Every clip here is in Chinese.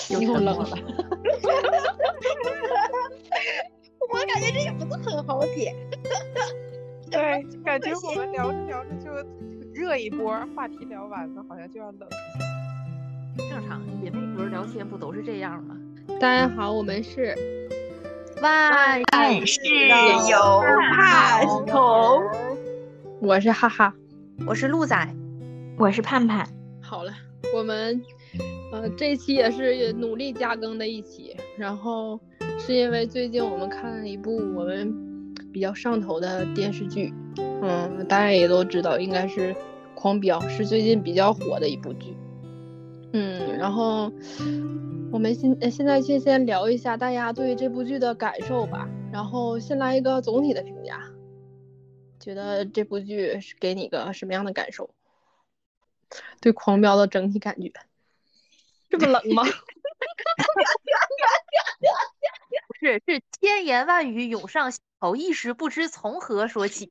又沉默了。 我感觉这也不是很好解。 对，感觉我们聊着聊着就热一波，话题聊完了，好像就要冷。 正常，姐妹格聊天不都是这样吗？ 大家好，我们是万事有怕头。 我是哈哈， 我是鹿仔， 我是盼盼。 好了，我们这一期也是努力加更的一期，然后是因为最近我们看了一部我们比较上头的电视剧，大家也都知道，应该是《狂飙》，是最近比较火的一部剧。然后我们现在先聊一下大家对这部剧的感受吧，然后先来一个总体的评价，觉得这部剧是给你个什么样的感受？对《狂飙》的整体感觉这么冷吗？ 不是，是千言万语涌上心头，一时不知从何说起。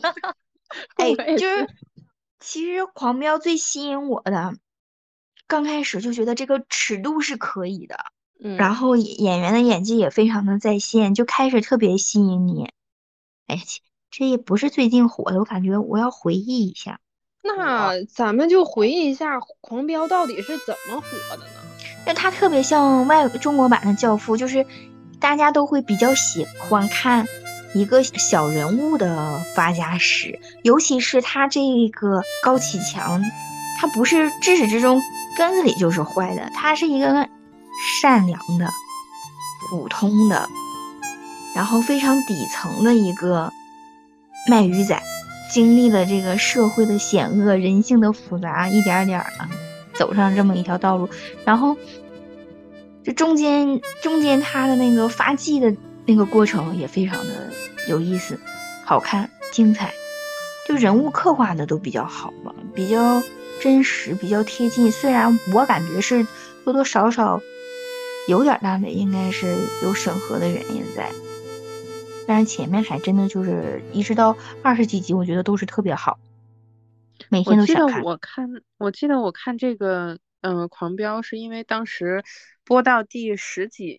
就是其实《狂飙》最吸引我的，刚开始就觉得这个尺度是可以的，然后演员的演技也非常的在线，就开始特别吸引你。这也不是最近火的，我感觉我要回忆一下。 那咱们就回忆一下《狂飙》到底是怎么火的呢？ 因为它特别像中国版的《教父》，就是大家都会比较喜欢看一个小人物的发家史，尤其是他这个高启强，他不是至始至终根子里就是坏的，他是一个善良的、普通的，然后非常底层的一个卖鱼仔，经历了这个社会的险恶、人性的复杂，一点点的走上这么一条道路，然后这中间他的那个发迹的那个过程也非常的有意思、好看、精彩，就人物刻画的都比较好吧，比较真实，比较贴近。虽然我感觉是多多少少有点烂尾，应该是有审核的原因在，但是前面还真的就是一直到20几集，我觉得都是特别好，每天都想看。 我记得我看这个狂飙是因为当时播到第十几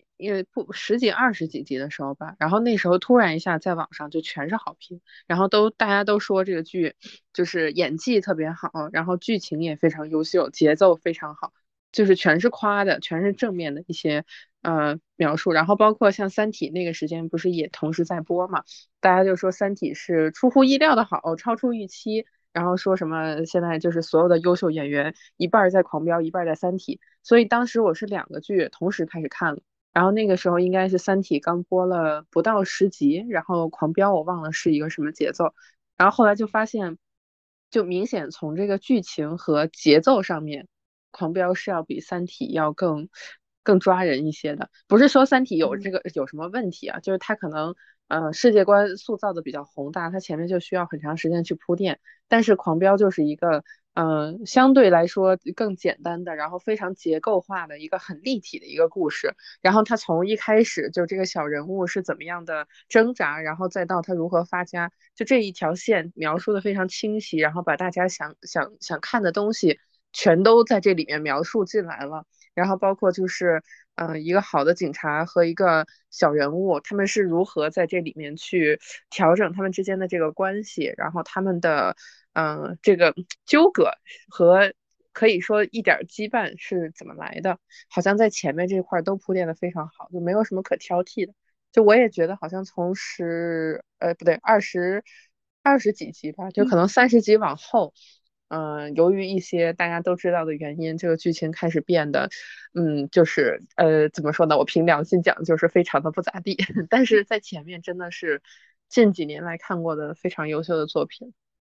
20几集的时候吧，然后那时候突然一下在网上就全是好评，然后大家都说这个剧就是演技特别好，然后剧情也非常优秀，节奏非常好，就是全是夸的，全是正面的一些描述，然后包括像《三体》那个时间不是也同时在播嘛，大家就说《三体》是出乎意料的好，超出预期。然后说什么现在就是所有的优秀演员一半在狂飙，一半在三体，所以当时我是2个剧同时开始看了，然后那个时候应该是三体刚播了不到10集，然后狂飙我忘了是一个什么节奏，然后后来就发现就明显从这个剧情和节奏上面，狂飙是要比三体要更抓人一些的，不是说三体有什么问题啊，就是它可能世界观塑造的比较宏大，它前面就需要很长时间去铺垫，但是狂飙就是一个相对来说更简单的，然后非常结构化的一个很立体的一个故事，然后它从一开始就这个小人物是怎么样的挣扎，然后再到他如何发家，就这一条线描述的非常清晰，然后把大家想看的东西全都在这里面描述进来了。然后包括就是一个好的警察和一个小人物，他们是如何在这里面去调整他们之间的这个关系，然后他们的这个纠葛和可以说一点羁绊是怎么来的，好像在前面这块都铺垫的非常好，就没有什么可挑剔的。就我也觉得好像从不对二十几集吧，就可能30集往后。由于一些大家都知道的原因，这个剧情开始变得，就是怎么说呢？我凭良心讲，就是非常的不咋地。但是在前面真的是近几年来看过的非常优秀的作品。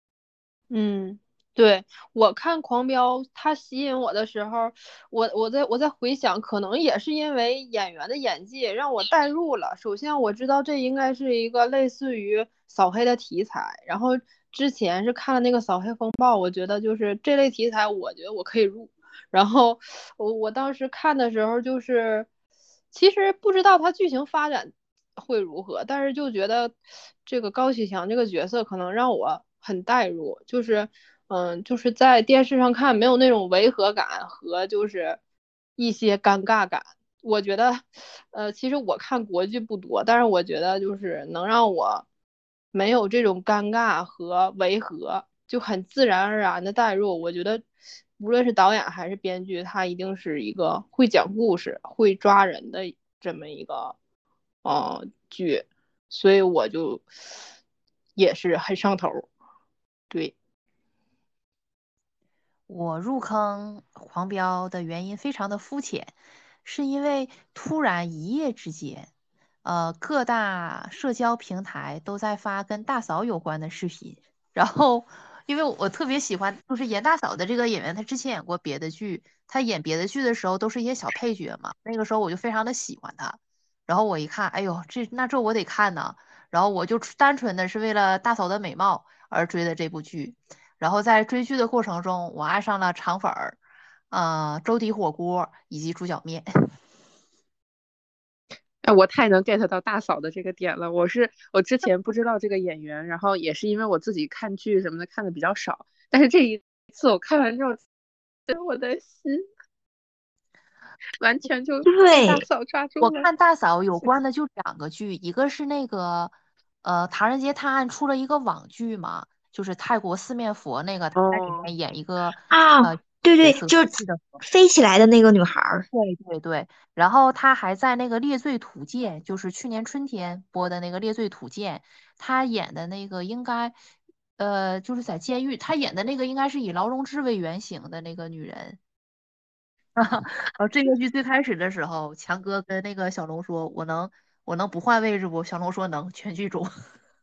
对，我看《狂飙》，它吸引我的时候，我在回想，可能也是因为演员的演技让我带入了。首先我知道这应该是一个类似于扫黑的题材，然后之前是看了那个《扫黑风暴》，我觉得就是这类题材，我觉得我可以入。然后我当时看的时候，就是其实不知道它剧情发展会如何，但是就觉得这个高启强这个角色可能让我很带入，就是在电视上看没有那种违和感和就是一些尴尬感。我觉得，其实我看国剧不多，但是我觉得就是能让我没有这种尴尬和违和，就很自然而然的带入。我觉得，无论是导演还是编剧，他一定是一个会讲故事、会抓人的这么一个剧，所以我就也是很上头。对， 我入坑黄标的原因非常的肤浅，是因为突然一夜之间，各大社交平台都在发跟大嫂有关的视频，然后因为我特别喜欢，就是严大嫂的这个演员，她之前演过别的剧，她演别的剧的时候都是一些小配角嘛，那个时候我就非常的喜欢她，然后我一看，哎呦，这我得看呢，然后我就单纯的是为了大嫂的美貌而追的这部剧。然后在追剧的过程中，我爱上了肠粉儿，粥底火锅以及猪脚面。 哎，我太能 get 到大嫂的这个点了。我之前不知道这个演员，然后也是因为我自己看剧什么的看的比较少，但是这一次我看完之后，我的心完全就被大对， 嫂抓住了。 我看大嫂有关的就两个剧，一个是那个《唐人街探案》出了一个网剧嘛，就是泰国四面佛那个，他在里哦， 面演一个啊， 呃对对， 角色， 就是记得飞起来的那个女孩儿。 对对对，然后他还在那个《猎罪图鉴》，就是去年春天播的那个《猎罪图鉴》，他演的那个应该，就是在监狱，他演的那个应该是以劳荣枝为原型的那个女人。这个剧最开始的时候，强哥跟那个小龙说：我能不换位置不？”小龙说：“能，全剧终。”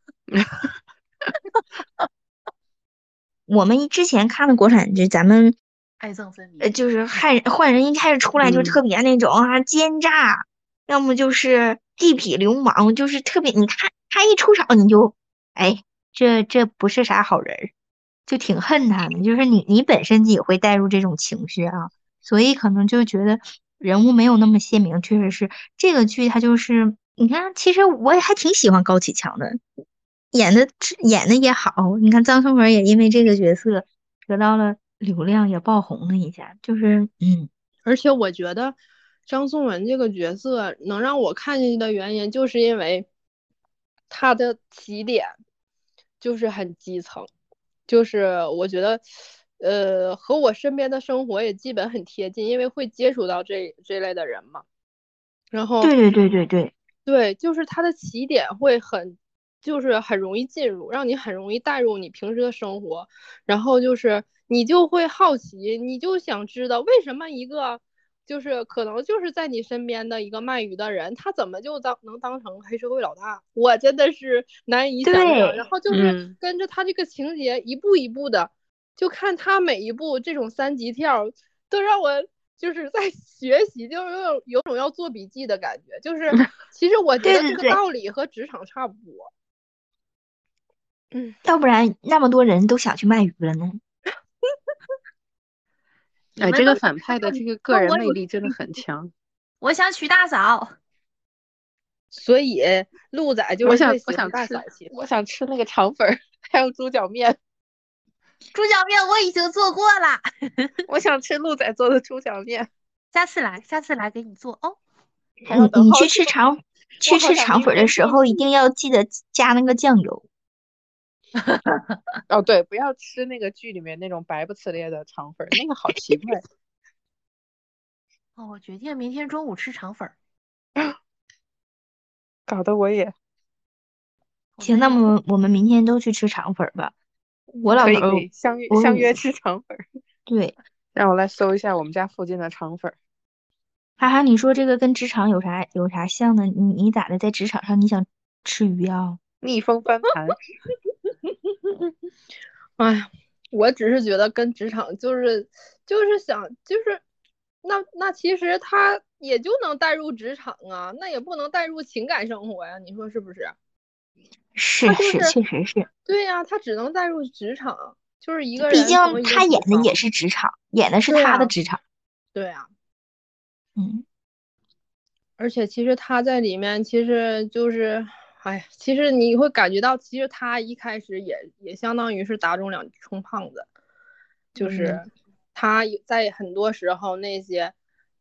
我们之前看的国产剧，咱们爱憎分明。 就是换人一开始出来就特嗯， 别那种奸诈，要么就是地痞流氓，就是特别，你看他一出场你就，哎，这不是啥好人儿，就挺恨他的，就是你本身也会带入这种情绪啊，所以可能就觉得人物没有那么鲜明，确实是这个剧它就是你看，其实我也还挺喜欢高启强的，演的也好，你看张颂文也因为这个角色得到了流量，也爆红了一下，就是而且我觉得张颂文这个角色能让我看进去的原因，就是因为他的起点就是很基层，就是我觉得，和我身边的生活也基本很贴近，因为会接触到这类的人嘛。然后对对对对对。 对，就是他的起点会很，就是很容易进入，让你很容易带入你平时的生活，然后就是你就会好奇，你就想知道为什么一个就是可能就是在你身边的一个卖鱼的人，他怎么就能当成黑社会老大？我真的是难以想象。然对， 后就是嗯， 跟着他这个情节一步一步的，就看他每一步这种三级跳，都让我就是在学习，就是有种要做笔记的感觉。就是其实我觉得这个对对对， 道理和职场差不多。嗯， 要不然那么多人都想去卖鱼了呢。 哎， 你们都想这个反派的这个个人跟我有魅力真的区别。 很强。 我想娶大嫂， 所以鹿仔就我想是最喜欢大嫂型。 我想吃那个肠粉儿，还有猪脚面。 猪脚面我已经做过了， 我想吃鹿仔做的猪脚面， 下次来给你做哦。 还要等你好久，我去吃好想肠粉的明天就时候，一定去。 要记得加那个酱油。 哦，对，不要吃那个剧里面那种白不呲咧的肠粉儿，那个好奇怪。 哦，我决定明天中午吃肠粉儿。 搞得我也行，那我们么我们明天都去吃肠粉吧。我老头儿， 可以相约我吃肠粉儿。 对， 让我来搜一下我们家附近的肠粉儿。 哈哈，你说这个跟职场有啥像呢？你咋的，在职场上你想吃鱼啊？ 逆风翻盘。 哎呀，我只是觉得跟职场就是想就是那其实他也就能带入职场啊，那也不能带入情感生活呀，你说是不是？ 是是， 他就是确实是， 对呀，他只能带入职场，就是一个毕竟人从一个他演的也底层。 是职场，演的是对呀， 他的职场。 对呀， 嗯， 而且其实他在里面其实就是，哎呀，其实你会感觉到，其实他一开始也相当于是打肿两充胖子，就嗯， 是他在很多时候那些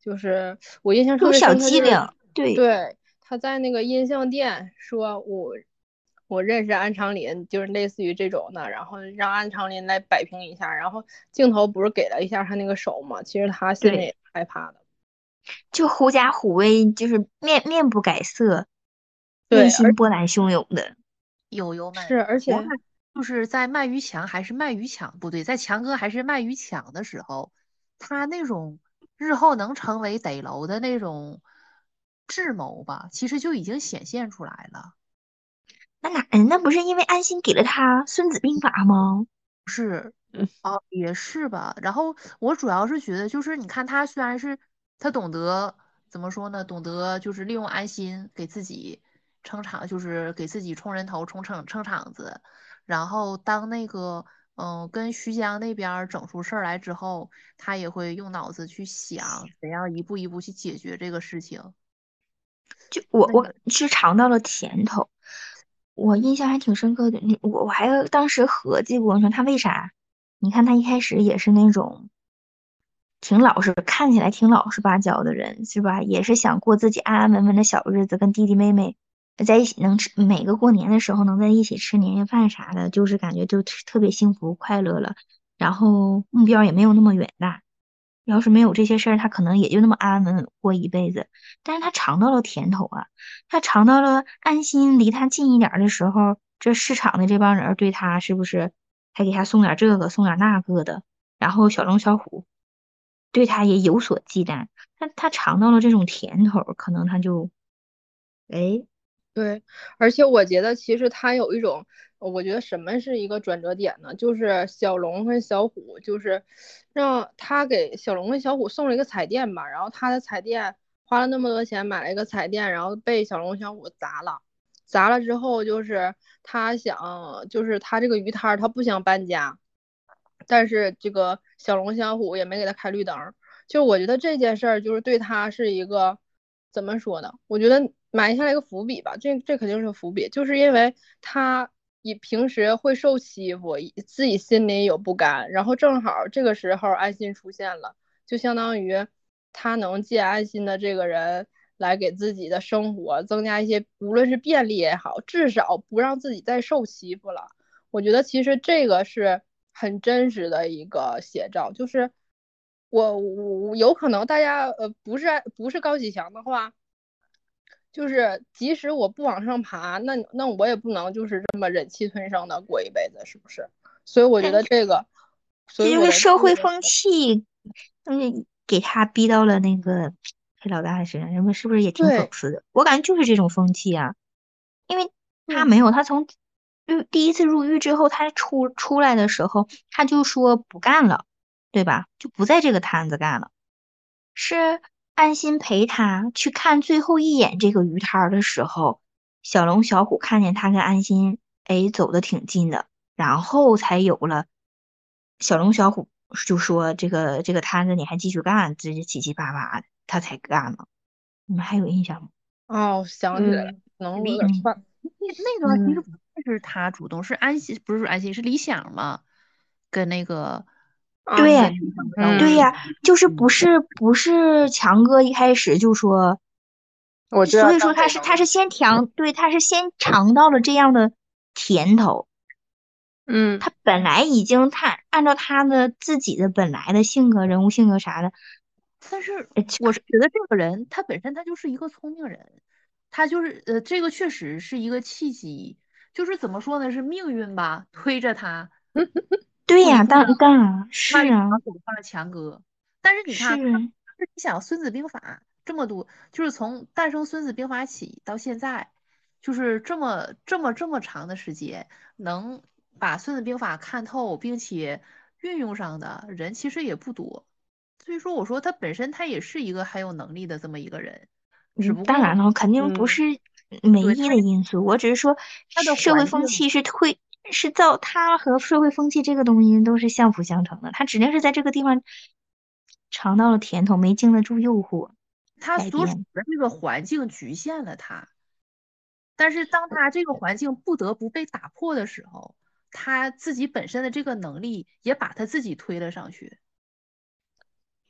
就是我印象特有小别深刻，就是机灵，对， 对他在那个音像店说我认识安长林，就是类似于这种的，然后让安长林来摆平一下，然后镜头不是给了一下他那个手嘛，其实他心里对， 也害怕的。 就狐假虎威，就是面不改色，内对，而心波澜汹涌的。 友友们， 是而且我感就是在卖鱼墙还是卖鱼墙不对，在强哥还是卖鱼墙的时候，他那种日后能成为得楼的那种智谋吧，其实就已经显现出来了。 那不是因为安心给了他《孙子兵法》吗？ 嗯哦，也是吧。然后我主要是觉得，就是你看他虽然是他懂得怎么说呢，懂得就是利用安心给自己撑场，就是给自己充人头、撑场子。然后当那个跟徐江那边儿整出事儿来之后，他也会用脑子去想怎样一步一步去解决这个事情。 就我那个是尝到了甜头，我印象还挺深刻的。我还当时合计过，说他为啥？你看他一开始也是那种挺老实，看起来挺老实巴交的人，是吧？也是想过自己安安稳稳的小日子，跟弟弟妹妹在一起，能吃每个过年的时候能在一起吃年夜饭啥的，就是感觉就特别幸福快乐了。然后目标也没有那么远大，要是没有这些事儿，他可能也就那么安安稳稳过一辈子。但是他尝到了甜头啊，他尝到了安心离他近一点儿的时候，这市场的这帮人儿对他是不是还给他送点这个送点那个的？然后小龙小虎对他也有所忌惮，他尝到了这种甜头儿可能他就哎， 对，而且我觉得其实他有一种，我觉得什么是一个转折点呢？就是小龙和小虎，就是让他给小龙和小虎送了一个彩电吧，然后他的彩电花了那么多钱买了一个彩电，然后被小龙小虎砸了，砸了之后就是他想，就是他这个鱼摊儿他不想搬家，但是这个小龙小虎也没给他开绿灯，就我觉得这件事儿就是对他是一个怎么说呢？我觉得埋下了一个伏笔吧，这肯定是个伏笔，就是因为他平时会受欺负，自己心里有不甘，然后正好这个时候安心出现了，就相当于他能借安心的这个人来给自己的生活增加一些，无论是便利也好，至少不让自己再受欺负了。我觉得其实这个是很真实的一个写照，就是我有可能大家不是高启强的话，就是即使我不往上爬，那我也不能就是这么忍气吞声的过一辈子，是不是？所以我觉但得这个，所这就是以我的社会风气，给他逼到了那个黑老大身上，人们是不是也挺讽对刺的？我感觉就是这种风气啊。因为他对没有，他从第一次入狱之后，他出来的时候，他就说不干了，对吧？就不在这个摊子干了。是安心陪他去看最后一眼这个鱼摊儿的时候，小龙小虎看见他跟安心，哎，走的挺近的，然后才有了小龙小虎就说这个摊子你还继续干，这七七八八的，他才干了。你们还有印象吗？ 哦，想起来了， 嗯可能我有理嗯， 点串。 那段其实嗯不是他主动，是安心，不是安心，是李想嘛，跟那个啊， 对跟那个小小五对嗯， 呀，就是嗯， 不是强哥一开始就说， 我就要所以说当北楼。 他是先尝到了这样的甜头， 嗯他本来已经按照他的自己的本来的性格、人物性格啥的， 但是呃我是觉得这个人他本身他就是一个聪明人，他就是这个确实是一个契机，就是怎么说呢，是命运吧推着他对呀， 一步一步当然迈着是啊， 他走向了强哥。但是你看，他是， 你想《孙子兵法》这么多，就是从诞生《孙子兵法》起到现在，就是这么长的时间，能把《孙子兵法》看透并且运用上的人其实也不多。所以说，我说他本身他也是一个很有能力的这么一个人，只不过当然了，肯定不嗯是唯一对的因素，我只是说他的社会环境， 风气他和社会风气这个东西都是相辅相成的，他指定是在这个地方尝到了甜头，没经得住诱惑， 他所处改变。 的这个环境局限了他。但是当他这个环境不得不被打破的时候，他自己本身的这个能力也把他自己推了上去。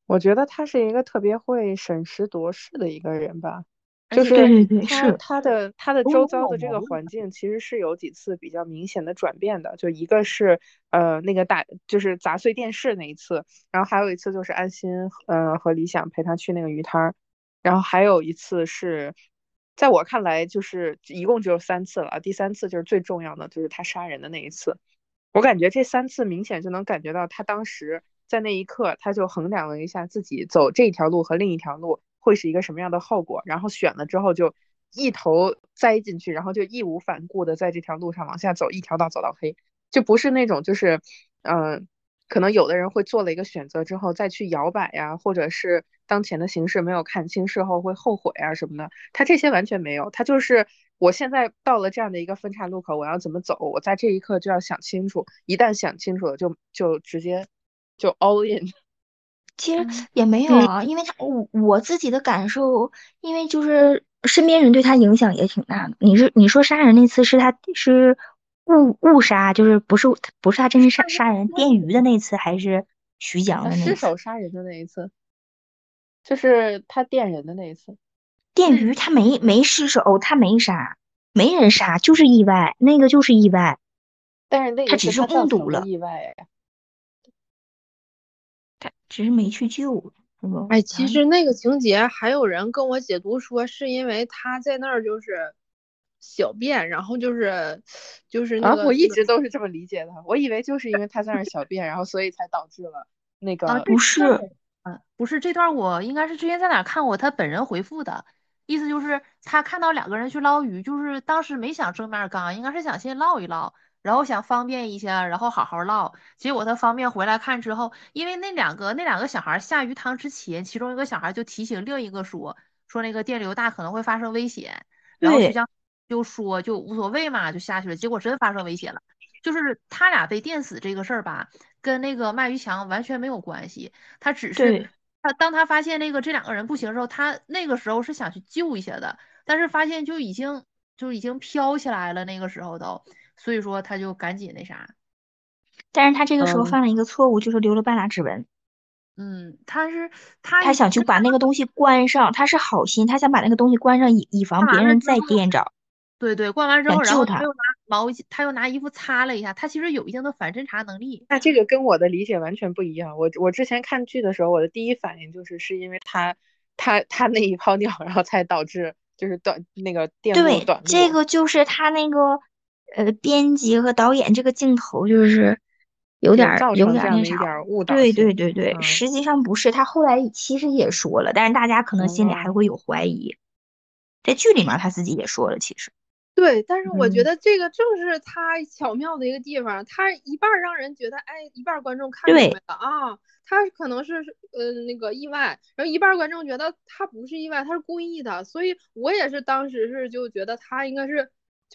我觉得他是一个特别会审时度势的一个人吧， 而且对对对， 他是他的他的都周遭的这个有矛盾。 环境其实是有几次比较明显的转变的，就一个是那个就是砸碎电视那一次，然后还有一次就是安心和李想陪他去那个鱼摊儿，然后还有一次是在我看来就是一共只有3次了，第3次就是最重要的，就是他杀人的那一次。我感觉这3次明显就能感觉到他当时在那一刻，他就衡量了一下自己走这条路和另一条路会是一个什么样的后果，然后选了之后就一头栽进去，然后就义无反顾的在这条路上往下走，一条道走到黑，就不是那种就是可能有的人会做了一个选择之后再去摇摆呀，或者是当前的形势没有看清，事后会后悔啊什么的。他这些完全没有，他就是我现在到了这样的一个分岔路口，我要怎么走？我在这一刻就要想清楚，一旦想清楚了，就直接就 all in。 其实嗯也没有啊，因为我自己的感受，因为就是身边人对他影响也挺大的。你说杀人那次是他是误杀，就是不是他真是杀人电鱼的那次，还是徐江的那失次？ 手杀人的那一次，就是他电人的那一次。 电鱼他没失手，他没杀，没人杀，就是意外，那个就是意外， 但是那个是他只是他造成的目睹了， 意外呀。 他只是没去救，是不？ 哎，其然后实那个情节还有人跟我解读说，是因为他在那儿就是小便，然后就是那啊，我一个那个直都是这么理解的，我以为就是因为他在那儿小便，然后所以才导致了那啊， 个。 这不是， 不是这段我应该是之前在哪儿看过他本人回复的，意思就是他看到2个人去捞鱼，就是当时没想正面刚，应该是想先捞一捞，然后想方便一下，然后好好捞。结果他方便回来看之后，因为那两个小孩下鱼塘之前，其中一个小孩就提醒另一个说那个电流大可能会发生危险，然后徐对江就说就无所谓嘛，就下去了，结果真发生危险了。就是他俩被电死这个事儿吧，跟那个卖鱼强完全没有关系。他只是对。 当他发现这2个人不行的时候，他那个时候是想去救一下的，但是发现就已经飘起来了，那个时候都，所以说他就赶紧那啥。 但是他这个时候嗯， 犯了一个错误，就是留了半拉指纹。 嗯，他他想去把那个东西关上，他是好心，他想把那个东西关上，以防干完了之别人再后， 电着， 对，灌完之后，然想救他。 后他又拿衣服擦了一下，他其实有一定的反侦查能力。 那这个跟我的理解完全不一样。我之前看剧的时候，我的第一反应是因为他那一泡尿，然后才导致就是那个电路对， 短路。 这个就是他那个编辑和导演这个镜头就是有点有造成这样那啥。 的一点误导对对性。 对对， 嗯实际上不是，他后来其实也说了，但是大家可能心里还嗯会有怀疑。在剧里面他自己也说了，其实。 对，但是我觉嗯， 得这个正是他巧妙的一个地方，他一半儿让人觉得，哎，一半儿观众看明对， 白了啊，他可能是那个意外，然后一半儿观众觉得他不是意外，他是故意的，所以我也是当时是就觉得他应该是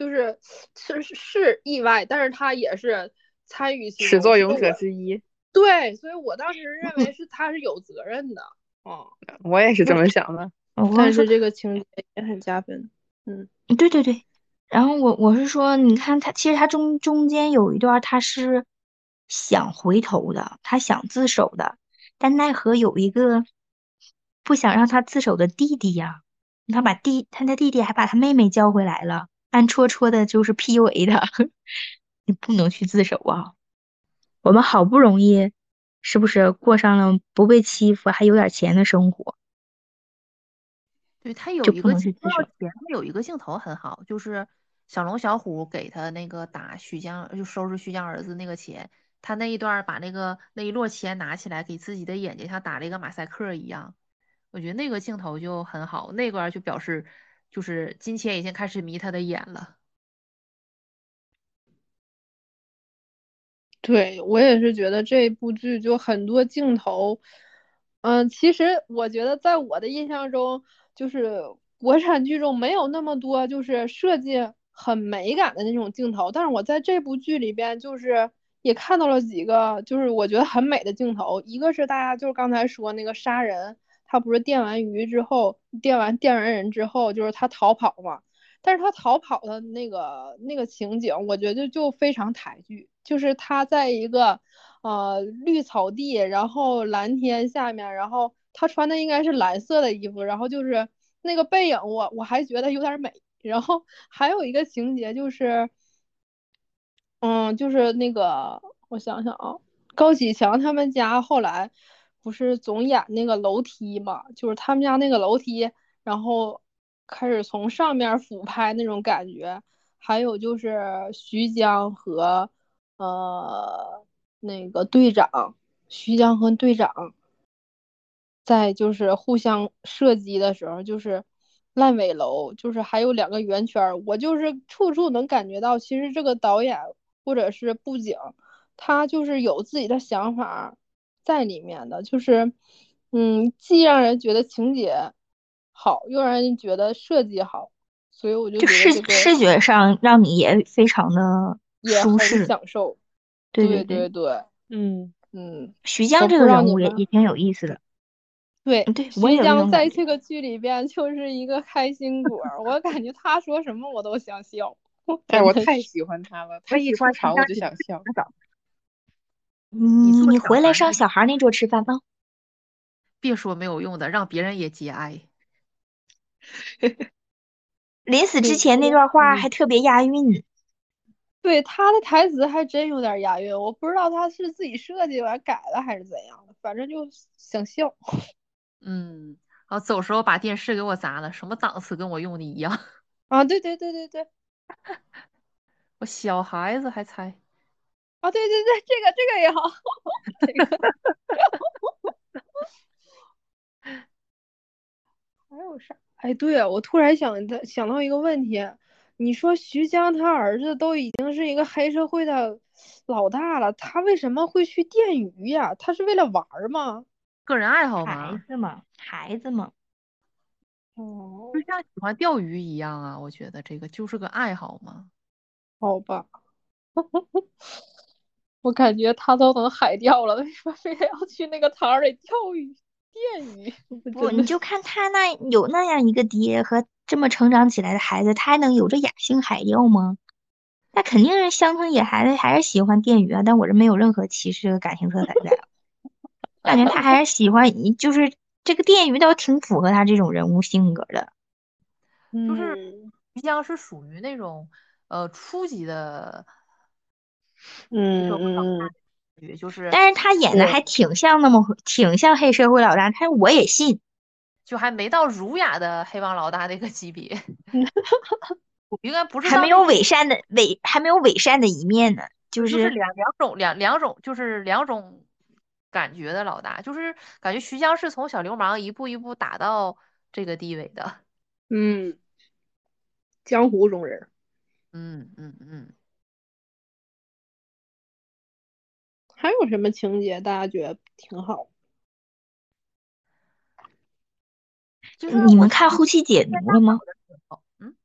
是意外，但是他也是参与其中， 始作俑者所以我之一。 对，所以我当时认为是他是有责任的，嗯， 我也是这么想的。 我刚说。 但是这个情节也很加分，嗯。 对对对，然后我是说，你看他其实他中间有一段儿他是想回头的，他想自首的，但奈何有一个不想让他自首的弟弟呀，他的弟弟还把他妹妹叫回来了，暗戳戳的就是 PUA 他，你不能去自首啊，我们好不容易是不是过上了不被欺负还有点钱的生活， 对，他有就不一个能去自首。 说到前面有一个镜头很好，就是小龙小虎给他那个打徐江，就收拾徐江儿子那个钱，他那一段儿把那一摞钱拿起来，给自己的眼睛像打了一个马赛克一样，我觉得那个镜头就很好，那段儿就表示就是金钱已经开始迷他的眼了。 对，我也是觉得这部剧就很多镜头，其实我觉得在我的印象中，就是国产剧中没有那么多就是设计很美感的那种镜头，但是我在这部剧里边就是也看到了几个就是我觉得很美的镜头，一个是大家就是刚才说那个杀人，他不是电完鱼之后，电完人之后，就是他逃跑嘛。但是他逃跑的那个情景，我觉得就非常台剧， 就是他在一个绿草地，然后蓝天下面，然后他穿的应该是蓝色的衣服，然后就是那个背影我还觉得有点美。然后还有一个情节就是，就是那个我想想啊，高启强他们家后来不是总演那个楼梯嘛，就是他们家那个楼梯，然后开始从上面俯拍那种感觉。还有就是徐江和那个队长，徐江和队长在就是互相射击的时候，就是烂尾楼，就是还有两个圆圈，我就是处处能感觉到，其实这个导演或者是布景，他就是有自己的想法在里面的，就是既让人觉得情节好，又让人觉得设计好，所以我就就觉得这个视觉上让你也非常的也很舒适。 享受。对对对对， 对对， 嗯， 徐江这个我不知道人物也你们。 也挺有意思的。 对， 对，我也有这徐江种感觉。 在这个剧里边就是一个开心果儿，我感觉他说什么我都想笑， 哎，我真的是。 太喜欢他了，他一我喜欢徐出场我就佳莹想笑。 的早， 你你做你回来小孩儿那上小孩那桌吃饭吗？ 别说没有用的，让别人也节哀。 临死之对， 前那段话还特别押韵。 对，他的台词还真有点押韵，我不知道他是自己设计完改了还是怎样的，反正就想笑。 嗯，然后走时候把电视给我砸了，什么档次跟我用的一样。 啊！对对对对对， 我小孩子还猜， 啊对对对，这个也好，这个还有啥？哎，对啊，我突然想到一个问题，你说徐江他儿子都已经是一个黑社会的老大了，他为什么会去电鱼呀？他是为了玩儿吗？ 个人爱好嘛， 孩子嘛，孩子嘛。 哦， 就像喜欢钓鱼一样啊。我觉得这个就是个爱好嘛。 好吧，我感觉他都能海钓了，为什么非得要去那个塘儿里钓鱼、电鱼？我不， 真的是。 你就看他有那样一个爹和这么成长起来的孩子，他还能有着雅兴海钓吗？那肯定是乡村野孩子还是喜欢电鱼啊，但我这没有任何歧视这个感情色彩在啊，感觉他还是喜欢，就是这个电鱼倒挺符合他这种人物性格的。 就是嗯鱼江是属于那种初级的黑社会老大嗯嗯， 的感觉，就是但是他演的对， 还挺像黑社会老大，我也信。 就还没到儒雅的黑帮老大那个级别。我应该不是还没有到那个， 还没有伪善的一面呢，就就是是两种，就是两种感觉的老大，就是感觉徐江是从小流氓一步一步打到这个地位的。 嗯，江湖中人。 嗯嗯嗯， 还有什么情节大家觉得挺好？ 就是你们看我觉得后期解天读了吗？ 上岛的时候，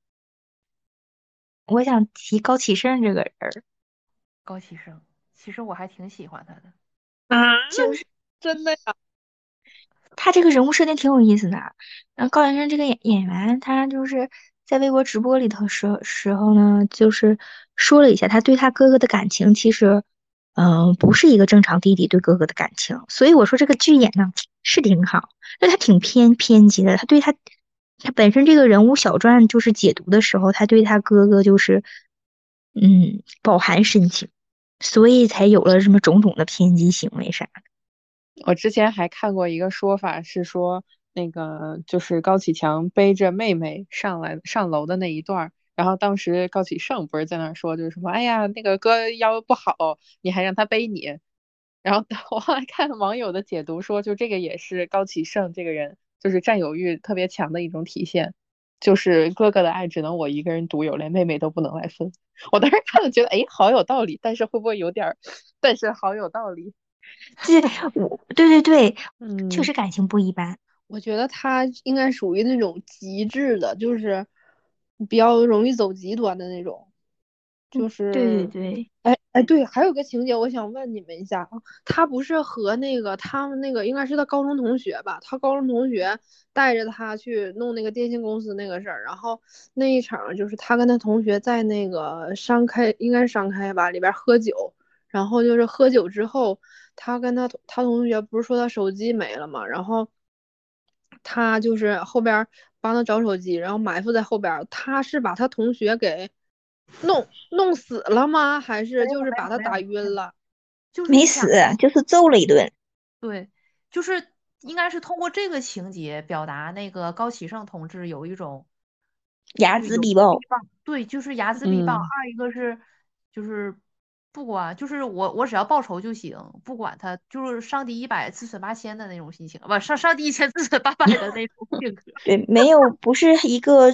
我想提高启盛这个人儿， 高启盛，其实我还挺喜欢他的。 啊， 就是真的呀？ 他这个人物设定挺有意思的。然后高启盛这个演员，他就是在微博直播里头时候呢，就是说了一下他对他哥哥的感情，其实，不是一个正常弟弟对哥哥的感情。所以我说这个剧演呢是挺好，但他挺偏激的。他本身这个人物小传就是解读的时候，他对他哥哥就是饱含深情，所以才有了这么种种的偏激行为啥的。 我之前还看过一个说法，是说那个就是高启强背着妹妹上楼的那一段儿，然后当时高启盛不是在那儿说，就是什么，哎呀，那个哥腰不好，你还让他背你。然后我后来看网友的解读说，就这个也是高启盛这个人就是占有欲特别强的一种体现，就是哥哥的爱只能我一个人独有，连妹妹都不能来分。我当时看了觉得，哎，好有道理，但是会不会有点儿？但是好有道理。 这对对对，确嗯。 实感情不一般。 我觉得他应该属于那种极致的，就是比较容易走极端的那种。就对对是， 对， 哎哎，对，还有个情节，我想问你们一下啊，他不是和那个他们那个应该是他高中同学吧？他高中同学带着他去弄那个电信公司那个事儿，然后那一场就是他跟他同学在那个商开，应该是商开吧，里边喝酒， 然后就是喝酒之后，他跟他同学不是说他手机没了嘛，然后他就是后边帮他找手机，然后埋伏在后边，他是把他同学给弄死了吗？还是就是把他打晕了？ 就是没死， 你想， 就是揍了一顿。 对，就是应该是通过这个情节表达那个高启盛同志有一种睚就是有眦必报。 臂膀，对，就是睚眦必报。 嗯， 二一个是就是不管，就是我只要报仇就行，不管他就是伤敌100自损8000的那种心情，不伤敌1000自损800的那种性格。 对，没有，不是一个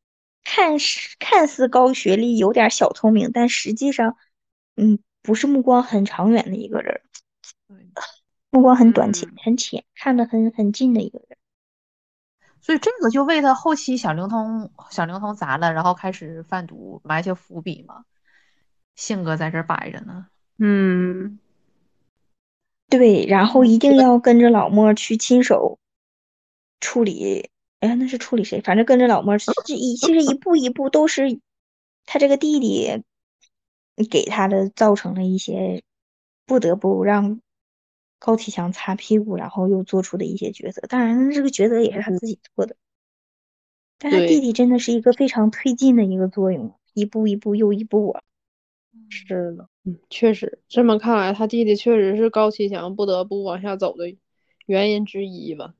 看似高学历、有点小聪明，但实际上，不是目光很长远的一个人， 对， 目光很短浅、 嗯， 很浅，看得很近的一个人。 所以这个就为他后期小灵通砸了，然后开始贩毒埋下伏笔嘛，性格在这儿摆着呢。 嗯， 对，然后一定要跟着老莫去亲手处理。哎，那是处理谁？反正跟着老莫，其实一步一步都是他这个弟弟给他的，造成了一些不得不让高启强擦屁股，然后又做出的一些抉择。当然，这个抉择也是他自己做的，但他弟对， 弟真的是一个非常推进的一个作用，一步一步又一步啊。 是的，确实这么看来，他弟弟确实是高启强不得不往下走的原因之一吧。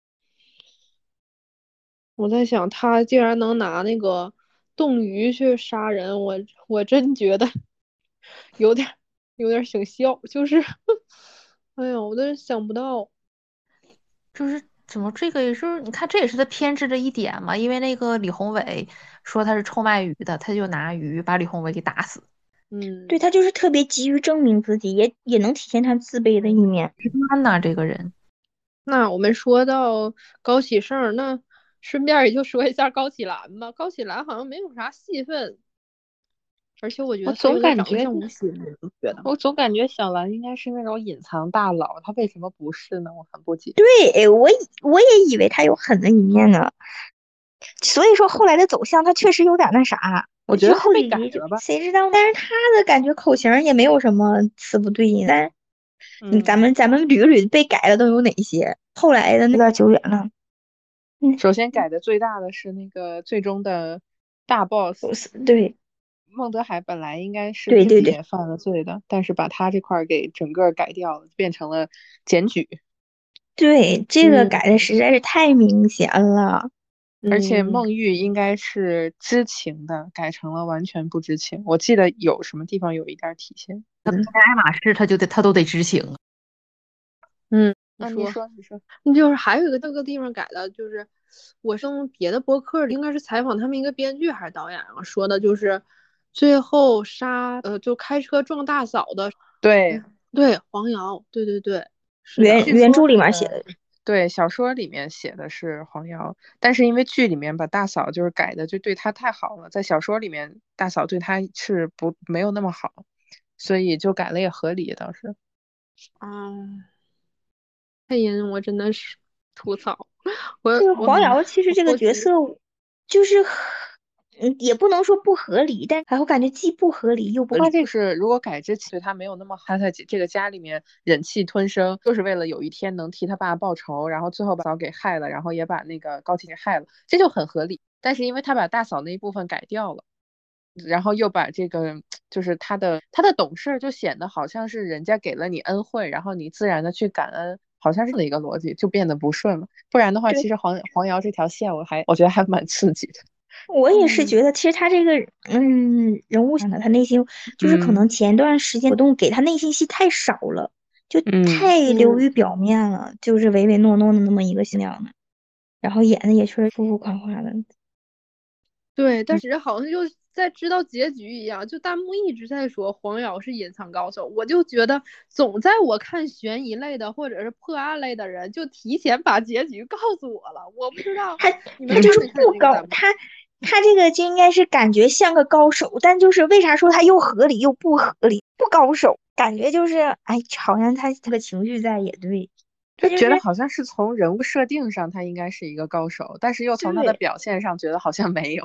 我在想，他竟然能拿那个冻鱼去杀人，我真觉得有点想笑，就是，哎呀，我都想不到。 就是怎么这个也是你看这也是他偏执的一点嘛，因为那个李宏伟说他是臭卖鱼的，他就拿鱼把李宏伟给打死。 对， 嗯， 他就是特别急于证明自己，也能体现他自卑的一面。 是他呐，这个人。 那我们说到高启盛，那顺便也就说一下高启兰吧。高启兰好像没有啥戏份，而且我觉我得他有点总感觉， 长得像吴昕，你不觉得吗？ 我总感觉小兰应该是那种隐藏大佬，她为什么不是呢？我很不解。 对，我也以为他有狠的一面呢，所以说后来的走向他确实有点那啥， 我觉就得她被后几集就改了吧。 谁知道，但是他的感觉口型也没有什么词不对应，但咱嗯， 们捋捋被改的都有哪些，后来的那个久远了。 首先改的最大的是那个最终的大 boss 对孟德海，本来应该是对对对自己也犯了罪的，但是把他这块儿给整个改掉了，变成了检举。 对，这个改的嗯实在是太明显了。 而且嗯， 孟玉应该是知情的，改成了完全不知情。我记得有什么地方有一点体现。 爱马仕他都得知情啊。 嗯，你啊，你说， 说，你说。 就是还有一个这个地方改的，就是我上别的播客里应该是采访他们一个编剧还是导演啊，说的就是最后就开车撞大嫂的， 对， 对，黄瑶，对对对，是的， 原据说原著里面写那个的， 对小说里面写的是黄瑶，但是因为剧里面把大嫂就是改的就对她太好了，在小说里面大嫂对她是没有那么好，所以就改了也合理倒是。 嗯，配音我真的是吐槽，我这个我黄瑶其实这个后期角色就是也不能说不合理，但我感觉既不合理又不合理。 他这个是如果改之前对他没有那么好，他在这个家里面忍气吞声，就是为了有一天能替他爸报仇，然后最后把嫂给害了，然后也把那个高启给害了，这就很合理。但是因为他把大嫂那一部分改掉了，然后又把这个就是他的懂事就显得好像是人家给了你恩惠，然后你自然的去感恩，好像是这么一个逻辑，就变得不顺了。不然的话，其对， 实黄瑶这条线我觉得还蛮刺激的。 我也是嗯觉得，其实他这个人物上的他内心就是可能嗯前段时间活动给他内心戏太少了，就嗯。 太流嗯， 于表面了，就是唯唯诺诺的那么一个形象的，然后演的也确实浮浮夸夸的。 对，但是好像就在知道结局一样，就弹幕一直在说黄瑶是隐藏高手，我就觉得总在我看悬疑类的或者是破案类的人就提前把结局告诉我了，我不知道他你们他就是看没看不高， 这个弹幕？ 他这个就应该是感觉像个高手，但就是为啥说他又合理又不合理？不高手，感觉就是哎，好像他这个情绪在也对，他就就是觉得好像是从人物设定上他应该是一个高手，但是又从他的对表现上觉得好像没有。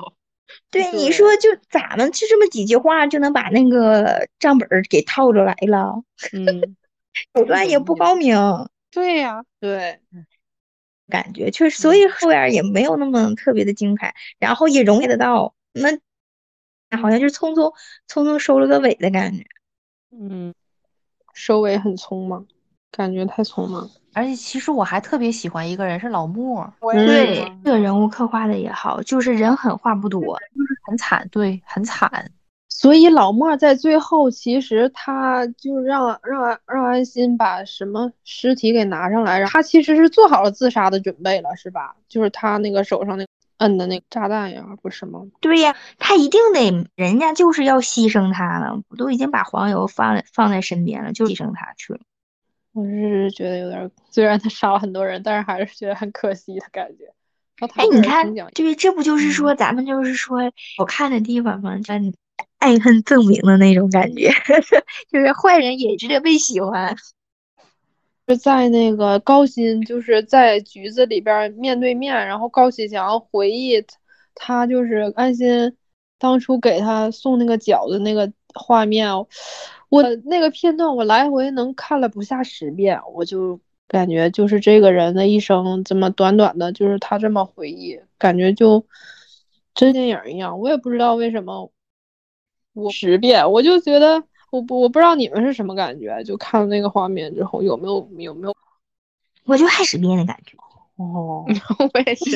对，你说就咱们就这么几句话就能把那个账本给套出来了，手段也不高明。 对呀， 对， 感觉确实，所以后边也没有那么特别的精彩，然后也容易得到，那好像就匆匆收了个尾的感觉。 收尾很匆忙，感觉太匆忙。 而且其实我还特别喜欢一个人是老莫， 对，这个人物刻画的也好，就是人狠话不多， 很惨，对，很惨。 所以老莫在最后，其实他就让安心把什么尸体给拿上来，然后他其实是做好了自杀的准备了，是吧？就是他那个手上那摁的那个炸弹呀，不是吗？ 对呀，他一定得，人家就是要牺牲他了，不都已经把黄油放在身边了，就牺牲他去了。 我是觉得有点，虽然他杀了很多人，但是还是觉得很可惜的感觉。 哎，你看，对，这不就是说咱们就是说好看的地方吗？爱恨分明的那种感觉，就是坏人也值得被喜欢。 是在那个高鑫，就是在局子里边面对面，然后高启强回忆他就是安心当初给他送那个饺子那个画面，我那个片段我来回能看了不下10遍，我就感觉就是这个人的一生这么短短的，就是他这么回忆，感觉就真电影一样。我也不知道为什么我10遍，我就觉得我不知道你们是什么感觉，就看了那个画面之后有没有？ 我就还10遍的感觉。 哦，我也是。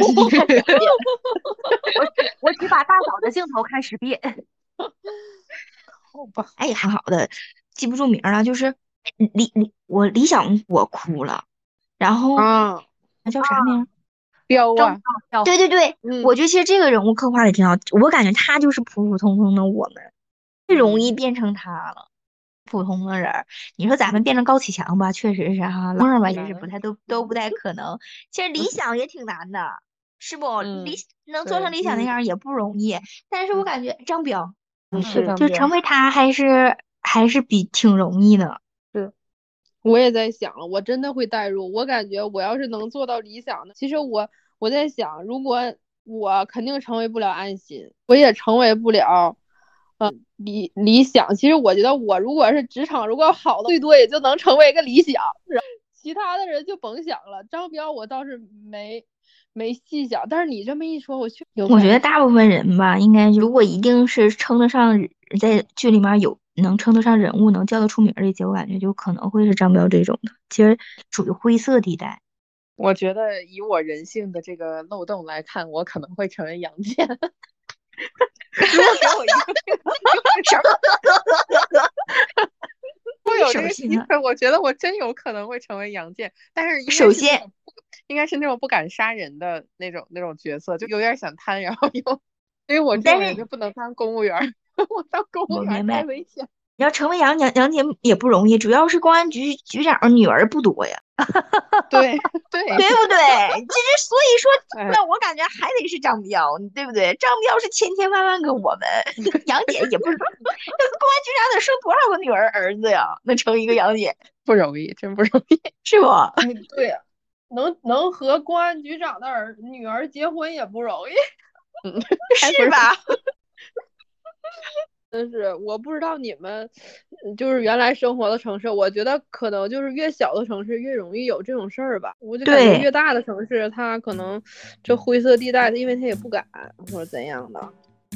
我只把大嫂的镜头看10遍。 好吧。 哎，还好的，记不住名了，就是李想我哭了，然后那叫啥名？ 彪啊！ 对对对，我觉得其实这个人物刻画的挺好，我感觉他就是普普通通的我们，最容易变成他了。普通的人，你说咱们变成高启强吧，确实是哈，老二吧也是不太都不太可能。其实理想也挺难的，是不？能做成理想那样也不容易。但是我感觉张彪，就成为他还是挺容易的。 是，我也在想了，我真的会代入。我感觉我要是能做到理想的，其实我在想，如果我肯定成为不了安心，我也成为不了。理想，其实我觉得我如果是职场如果好的，最多也就能成为一个理想，其他的人就甭想了。张彪我倒是没细想，但是你这么一说，我觉得大部分人吧，应该如果一定是称得上在剧里面有能称得上人物，能叫得出名的一些，我感觉就可能会是张彪这种的，其实属于灰色地带。 我觉得以我人性的这个漏洞来看，我可能会成为杨戬。如果给我一个我有这个机会，我觉得我真有可能会成为杨戬，但是首先应该是那种不敢杀人的那种角色，就有点想贪，然后又，所以我这种人就不能当公务员，我当公务员太危险。 你要成为杨戬也不容易，主要是公安局局长女儿不多呀。 对不对？其实所以说，那我感觉还得是张彪，对不对？张彪是千千万万个我们，杨戬也不是，公安局长得生多少个女儿子呀？能成一个杨戬不容易，真不容易， 是不？ 对呀，能和公安局长的女儿结婚也不容易， 是吧？ 真是我不知道你们就是原来生活的城市，我觉得可能就是越小的城市越容易有这种事儿吧。我就感觉越大的城市，它可能这灰色地带，因为它也不敢或者怎样的。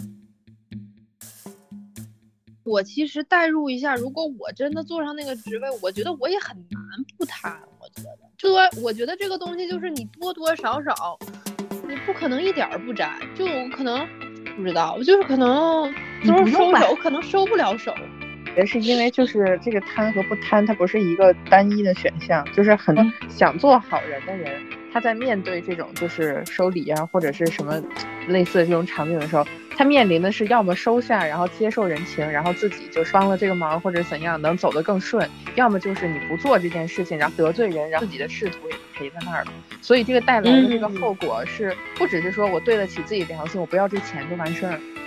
我其实代入一下，如果我真的坐上那个职位，我觉得我也很难不贪。我觉得这个东西就是你多多少少，你不可能一点儿不沾，就可能不知道，就是可能就是收手，可能收不了手。 也是因为就是这个贪和不贪，它不是一个单一的选项，就是很想做好人的人，他在面对这种就是收礼啊或者是什么类似的这种场景的时候，他面临的是要么收下，然后接受人情，然后自己就帮了这个忙或者怎样能走得更顺，要么就是你不做这件事情，然后得罪人，然后自己的仕途也赔在那儿了。所以这个带来的这个后果是不只是说我对得起自己良心，我不要这钱就完事儿，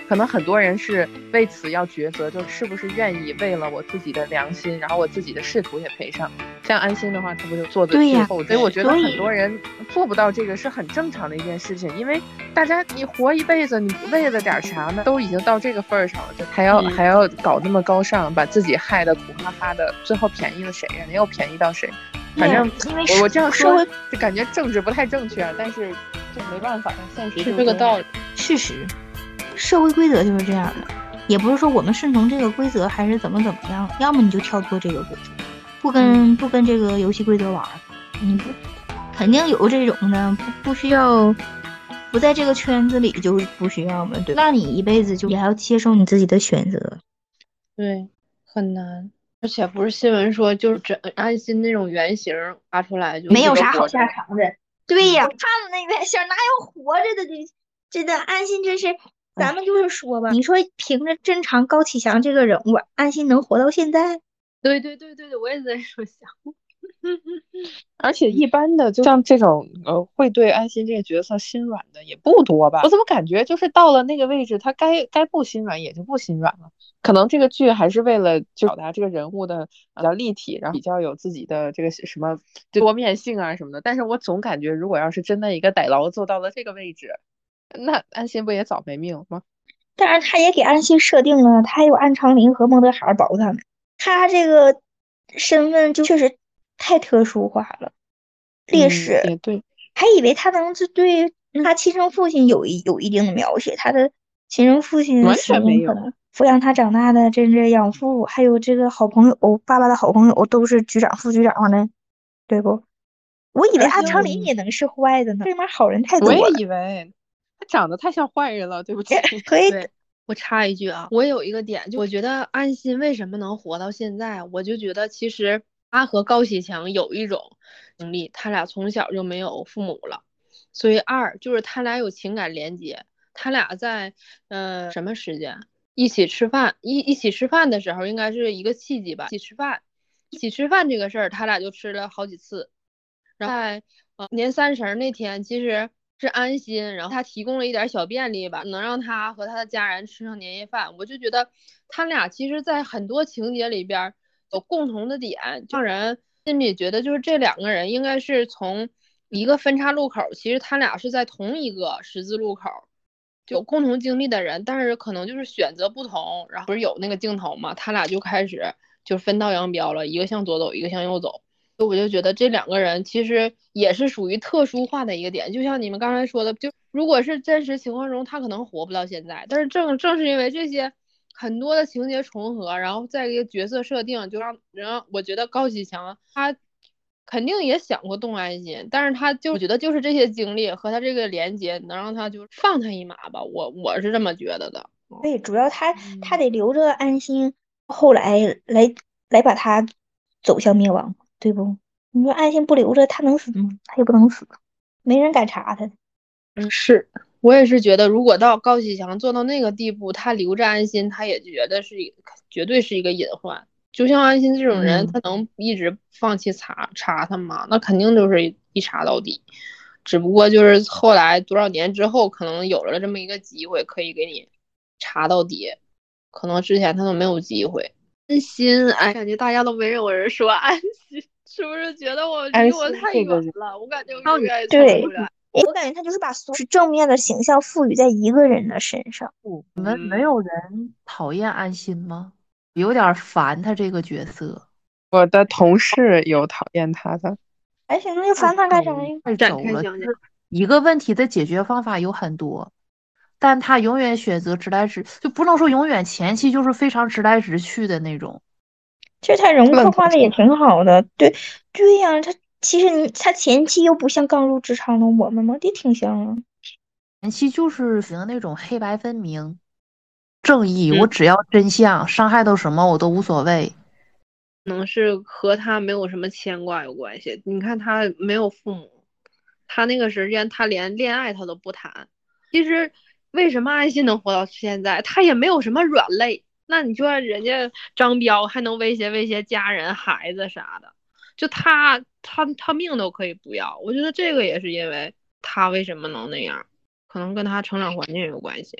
可能很多人是为此要抉择，就是不是愿意为了我自己的良心，然后我自己的仕途也赔上。像安心的话，他不就做的最后，所以我觉得很多人做不到这个是很正常的一件事情，因为大家你活一辈子，你为了点啥呢？都已经到这个份儿上了，就还要搞那么高尚，把自己害得苦哈哈的，最后便宜了谁呀？没有便宜到谁。反正我这样说就感觉政治不太正确，但是这没办法，现实是这个道理。 事实，社会规则就是这样的，也不是说我们顺从这个规则还是怎么样，要么你就跳脱这个规则，不跟这个游戏规则玩，你不肯定有这种的，不需要，不在这个圈子里就不需要嘛，对吧？那你一辈子就也要接受你自己的选择， 对，很难。而且不是新闻说就是安心那种原型发出来就没有啥好下场的。对呀，看了那原型哪有活着的？真的安心真是，咱们就是说吧，你说凭着正常高启强这个人物，安心能活到现在？ 对，我也在说想。 而且一般的就像这种会对安心这个角色心软的也不多吧？我怎么感觉就是到了那个位置，他该不心软也就不心软了。可能这个剧还是为了就表达这个人物的比较立体，然后比较有自己的这个什么多面性啊什么的。但是我总感觉如果要是真的一个逮牢做到了这个位置，那安心不也早没命了吗？ 当然，他也给安心设定了，他有安长林和孟德海保他们，他这个身份就确实太特殊化了，烈士也对， 还以为他能对他亲生父亲有一定的描写，他的亲生父亲完全没有， 可能抚养他长大的这养父，还有这个好朋友，爸爸的好朋友都是局长、副局长的，对不？我以为安长林也能是坏的呢，这里面好人太多了。 我也以为他长得太像坏人了，对不起。 对，我插一句啊，我有一个点，就我觉得安心为什么能活到现在，我就觉得其实他和高启强有一种经历，他俩从小就没有父母了，所以就是他俩有情感连接，他俩在什么时间一起吃饭，一起吃饭的时候应该是一个契机吧，一起吃饭这个事儿，他俩就吃了好几次。然后在年30那天，其实是安心，然后他提供了一点小便利吧，能让他和他的家人吃上年夜饭。我就觉得他俩其实在很多情节里边有共同的点，让人心里觉得就是这两个人应该是从一个分岔路口，其实他俩是在同一个十字路口有共同经历的人，但是可能就是选择不同。然后不是有那个镜头嘛，他俩就开始就分道扬镳了，一个向左走，一个向右走。我就觉得这两个人其实也是属于特殊化的一个点，就像你们刚才说的，就如果是真实情况中，他可能活不到现在，但是正是因为这些很多的情节重合，然后再一个角色设定，就让我觉得高启强他肯定也想过动安心，但是我觉得就是这些经历和他这个连接能让他就放他一马吧，我是这么觉得的。 对，主要他得留着安心，后来来把他走向灭亡。对不？你说安心不留着，他能死吗？他也不能死，没人敢查他。 是我也是觉得，如果到高启强做到那个地步，他留着安心，他也觉得绝对是一个隐患。就像安心这种人，他能一直放弃查他吗？那肯定就是一查到底。只不过就是后来多少年之后，可能有了这么一个机会，可以给你查到底，可能之前他都没有机会。安心，哎，感觉大家都没有人说安心。是不是觉得我离我太远了？我感觉我永远也走不了。 我感觉他就是把所有正面的形象赋予在一个人的身上。 你们没有人讨厌安心吗？有点烦他这个角色。 我的同事有讨厌他的。 哎，行，那就烦他干啥呀？ 太走了。一个问题的解决方法有很多，但他永远选择直来直，就不能说永远，前期就是非常直来直去的那种。 其实他人物刻画的也挺好的，对呀，他其实他前期又不像刚入职场的我们嘛，也挺像啊。 前期就是行那种黑白分明、正义，我只要真相，伤害到什么我都无所谓。 可能是和他没有什么牵挂有关系。你看他没有父母，他那个时间他连恋爱他都不谈。其实为什么安心能活到现在，他也没有什么软肋。那你说人家张彪还能威胁家人孩子啥的，就他命都可以不要。我觉得这个也是因为他为什么能那样，可能跟他成长环境有关系。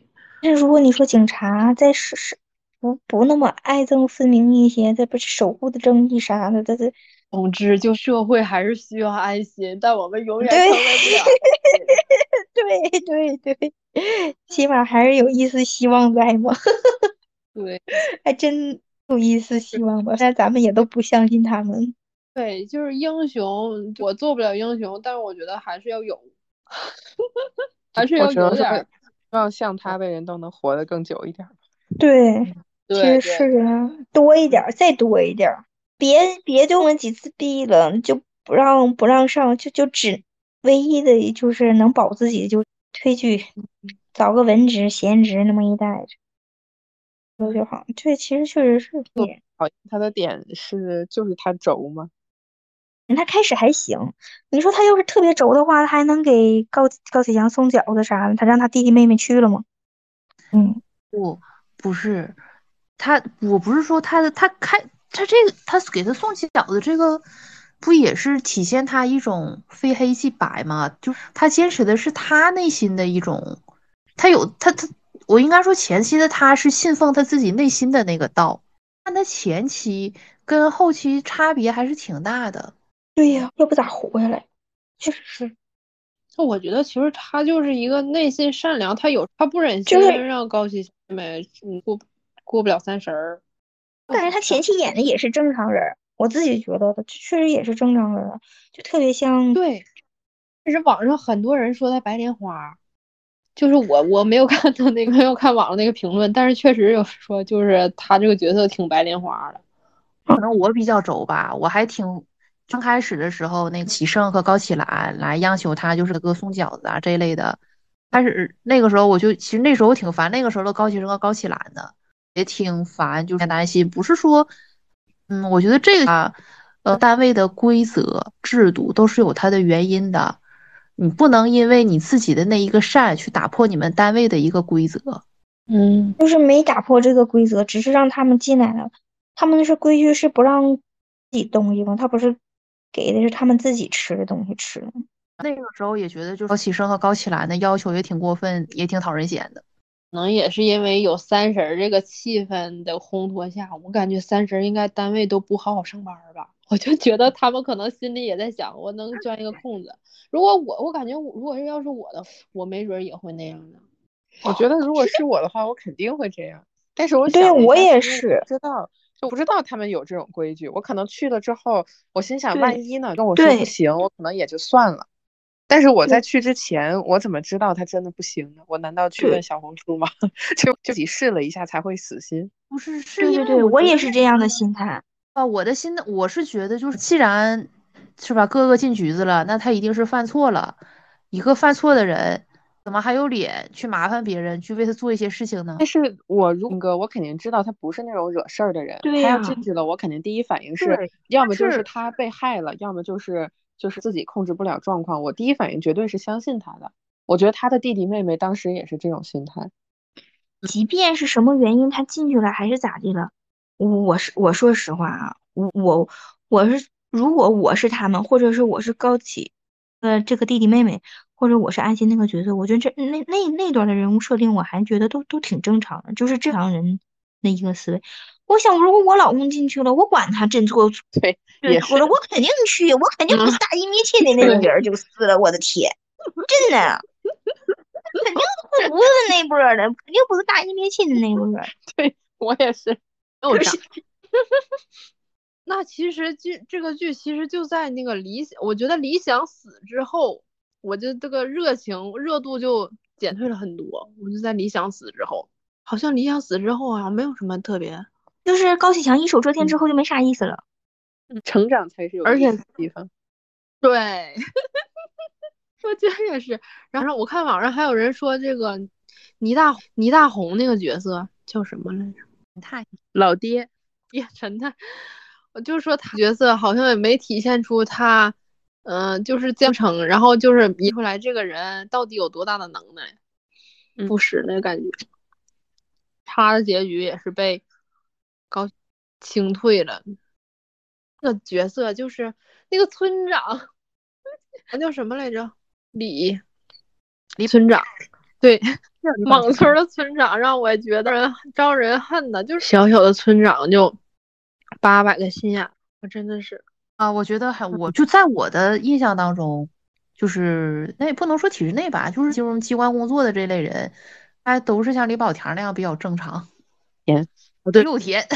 但如果你说警察在不那么爱憎分明一些，这不是守护的正义啥的，这总之，就社会还是需要爱心，但我们永远对成为不了爱心。 对对对，起码还是有一丝希望在嘛， 对还真有一丝希望吧。但咱们也都不相信他们。 对，就是英雄，我做不了英雄，但是我觉得还是要有，还是要我只能说， 有点儿。 希望像他的人都能活得更久一点。 对，其实对对是啊，多一点儿，再多一点儿，别中了几次币了，就不让上，就只唯一的就是能保自己就推举，找个文职闲职那么一带就好。对，其实确实是这样。 讨厌他的点就是他轴嘛。 他开始还行，你说他要是特别轴的话，他还能给高启强送饺子啥的，他让他弟弟妹妹去了吗？嗯， 不是他，我不是说他这个他给他送饺子这个，不也是体现他一种非黑即白吗？就他坚持的是他内心的一种，他有他，我应该说前期的他是信奉他自己内心的那个道，但他前期跟后期差别还是挺大的。 对呀，要不咋活下来？确实是， 我觉得其实他就是一个内心善良，他不忍心就是让高启美过不了30儿。 我感觉他前期演的也是正常人儿，我自己觉得的，确实也是正常人儿，就特别像， 对，其实网上很多人说他白莲花，就是我没有看他那个没有看网上那个评论，但是确实有说就是他这个角色挺白莲花的。 可能我比较轴吧，我还挺刚开始的时候，那个启盛和高启兰来央求他，就是给我送饺子啊这一类的。开始那个时候，其实那时候我挺烦那个时候的高启盛和高启兰的，也挺烦，就是担心，不是说，我觉得这个啊，单位的规则制度都是有它的原因的，你不能因为你自己的那一个善去打破你们单位的一个规则。 嗯， 就是没打破这个规则，只是让他们进来了。他们是规矩是不让自己东西吗？他不是给的是他们自己吃的东西吃的。 那个时候也觉得，就是高启盛和高启兰的要求也挺过分，也挺讨人嫌的。 可能也是因为有30儿这个气氛的烘托下，我感觉30儿应该单位都不好好上班吧。我就觉得他们可能心里也在想，我能钻一个空子。如果我感觉如果要是我的，我没准也会那样的。 我觉得如果是我的话，我肯定会这样。但是我对，我想了一下，是因为我也是。 不知道他们有这种规矩。我可能去了之后，我心想， 对万一呢，跟我说不对行，我可能也就算了。但是我在对去之前，我怎么知道他真的不行呢？我难道去问对小红书吗？就自己试了一下才会死心。 不是，是因为对对对，我我觉得也是这样的心态。 我是觉得就是，既然是吧，哥哥进局子了，那他一定是犯错了。一个犯错的人，怎么还有脸去麻烦别人，去为他做一些事情呢？ 但是我肯定知道他不是那种惹事儿的人。他要对呀、 进去了，我肯定第一反应是， 对， 要么就是但是他被害了，要么就是自己控制不了状况。我第一反应绝对是相信他的。我觉得他的弟弟妹妹当时也是这种心态。 即便是什么原因他进去了还是咋的了，我说实话啊，如果我是他们，或者是我是高启，这个弟弟妹妹，或者我是安心那个角色，我觉得那段的人物设定，我还觉得都挺正常的，就是正常人的一个思维。我想，如果我老公进去了，我管他真错对，也是。 对错了，我肯定去，我肯定不是大义灭亲的那种对， 人儿就是了，我的天，真的。肯定不是那波儿的，肯定不是大义灭亲的那波儿。 对，我也是。 又长。那其实这个剧其实就在那个我觉得理想死之后，我就这个热度就减退了很多。我就在理想死之后，好像理想死之后好像没有什么特别。 就是高启强一手遮天之后就没啥意思了。 成长才是有而且意思的地方。 对，我觉得也是。然后我看网上还有人说这个倪大红那个角色叫什么来着？ 太老爹。 叶晨太，我就说他角色好像也没体现出他，就是江城，然后就是迷出来这个人到底有多大的能耐，不使那感觉。他的结局也是被高清退了。那个角色就是那个村长，他叫什么来着？李村长，对， 莽村的村长让我觉得招人恨的，就是小小的村长就800个心眼，我真的是啊，我觉得我就在我的印象当中，就是那也不能说体制内吧，就是进入机关工作的这类人，还都是像李保田那样比较正常。 哦对， 六田，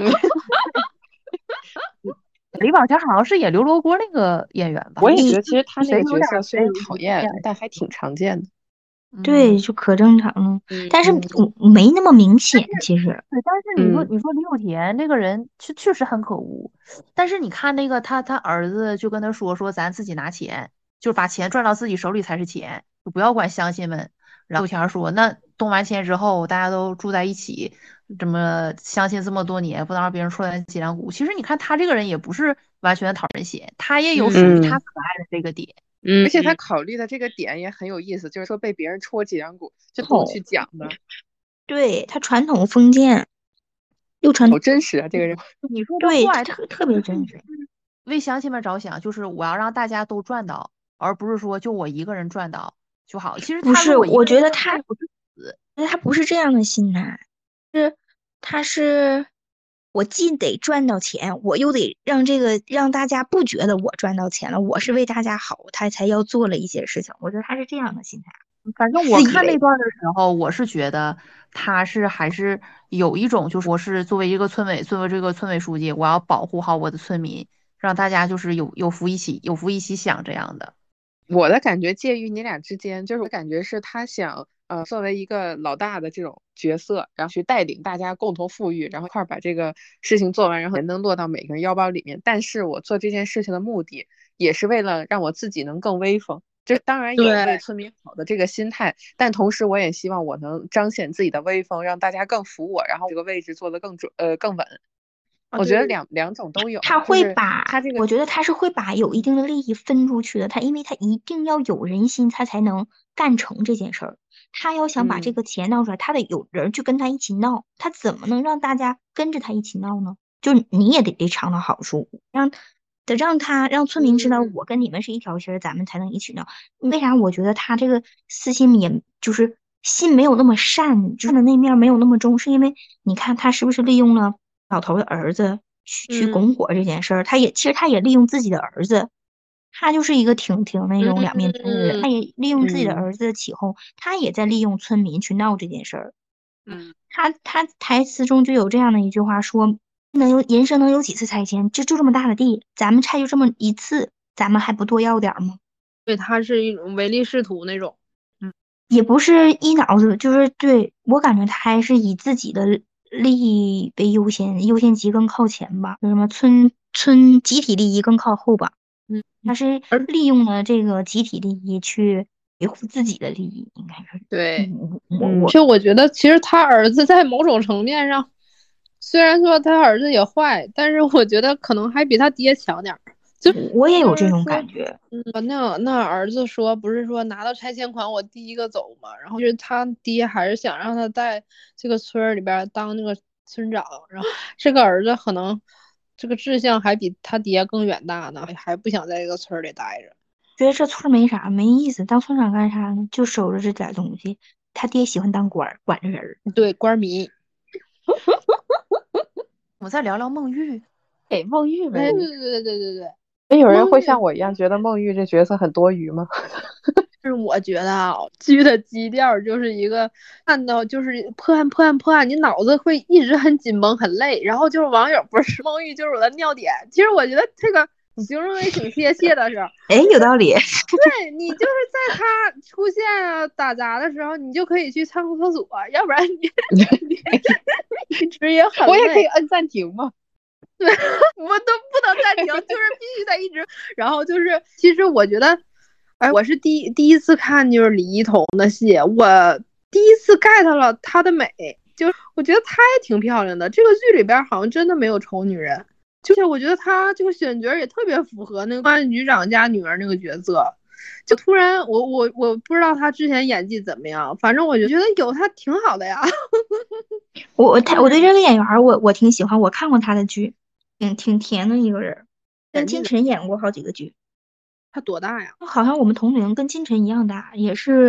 李保田好像是演刘罗锅那个演员吧？ 我也觉得其实他那谁有点个角色虽然谁讨厌，但还挺常见的。 对，就可正常了。但是嗯没那么明显，其实。 对，但是你说李有田这个人确实很可恶，但是你看那个他儿子就跟他说咱自己拿钱，就把钱赚到自己手里才是钱，就不要管乡亲们。然后有田说那动完钱之后大家都住在一起，这么相信这么多年，不能让别人出来脊梁骨。其实你看他这个人也不是完全的讨人嫌，他也有属于他可爱的这个点。 而且他考虑的这个点也很有意思，就是说被别人戳脊梁骨，就都去讲的。 对，他传统封建，又传好真实啊，这个人。 你说对， 坏， 特别真实。 为乡亲们着想，就是我要让大家都赚到，而不是说就我一个人赚到就好。其实不是，我觉得他不是这样的心态，他是我既得赚到钱，我又得让大家不觉得我赚到钱了，我是为大家好，他才要做了一些事情。我觉得他是这样的心态。 反正我看那段的时候，我是觉得他还是有一种，就是我是作为一个村委，作为这个村委书记，我要保护好我的村民，让大家就是有福一起享这样的。 我的感觉介于你俩之间，就是我感觉是他想作为一个老大的这种角色，然后去带领大家共同富裕，然后一块把这个事情做完，然后也能落到每个人腰包里面。但是我做这件事情的目的，也是为了让我自己能更威风。这当然有为村民好的这个心态，但同时我也希望我能彰显自己的威风，让大家更服我，然后这个位置做得更准更稳。我觉得两种都有。 他会把他这个， 我觉得他是会把有一定的利益分出去的。因为他一定要有人心，他才能干成这件事儿。他要想把这个钱闹出来，他得有人去跟他一起闹。他怎么能让大家跟着他一起闹呢？就你也得尝到好处，让村民知道我跟你们是一条心儿，咱们才能一起闹。为啥？我觉得他这个私心也就是心没有那么善，就是那面没有那么重，是因为你看他是不是利用了老头的儿子去拱火这件事儿？其实他也利用自己的儿子，他就是一个挺那种两面的人。他也利用自己的儿子的起哄，他也在利用村民去闹这件事儿。他台词中就有这样的一句话说：人生能有几次拆迁？就这么大的地，咱们拆就这么一次，咱们还不多要点吗？ 对，他是一种唯利是图那种。 也不是一脑子，就是对我感觉他还是以自己的利益为优先，优先级更靠前吧，就什么村集体利益更靠后吧。他是利用了这个集体利益去维护自己的利益，应该是。 对，我觉得其实他儿子在某种层面上，虽然说他儿子也坏，但是我觉得可能还比他爹强点儿。就我也有这种感觉。 那儿子说不是说拿到拆迁款我第一个走嘛，然后就是他爹还是想让他在这个村里边当那个村长，然后这个儿子可能这个志向还比他爹更远大呢，还不想在这个村里待着。 觉得这村没啥没意思，当村长干啥呢？就收着这点东西。他爹喜欢当官，管着人。 对，官迷。 我再聊聊孟玉。 孟玉呗。 对。 有人会像我一样觉得孟玉这角色很多余吗？ 是我觉得啊，剧的基调就是一个看到就是破案，你脑子会一直很紧绷很累，然后就是网友不是孟玉就是我的尿点。其实我觉得这个形容的也挺贴切的是， 有道理。 对，你就是在他出现啊打杂的时候，你就可以去上个厕所，要不然你一直也很累。 我也可以摁暂停吗？ 对，我都不能暂停，就是必须得一直。然后就是，其实我觉得，我是第一次看就是李一桐的戏，我第一次 get 了她的美，就我觉得她也挺漂亮的。这个剧里边好像真的没有丑女人，就是我觉得她这个选角也特别符合那个公安局长家女儿那个角色。就突然我不知道她之前演技怎么样，反正我就觉得有她挺好的呀。 我对这个演员我挺喜欢，我看过她的剧。挺甜的一个人，跟金晨演过好几个剧。 他多大呀？ 好像我们同龄，跟金晨一样大，也是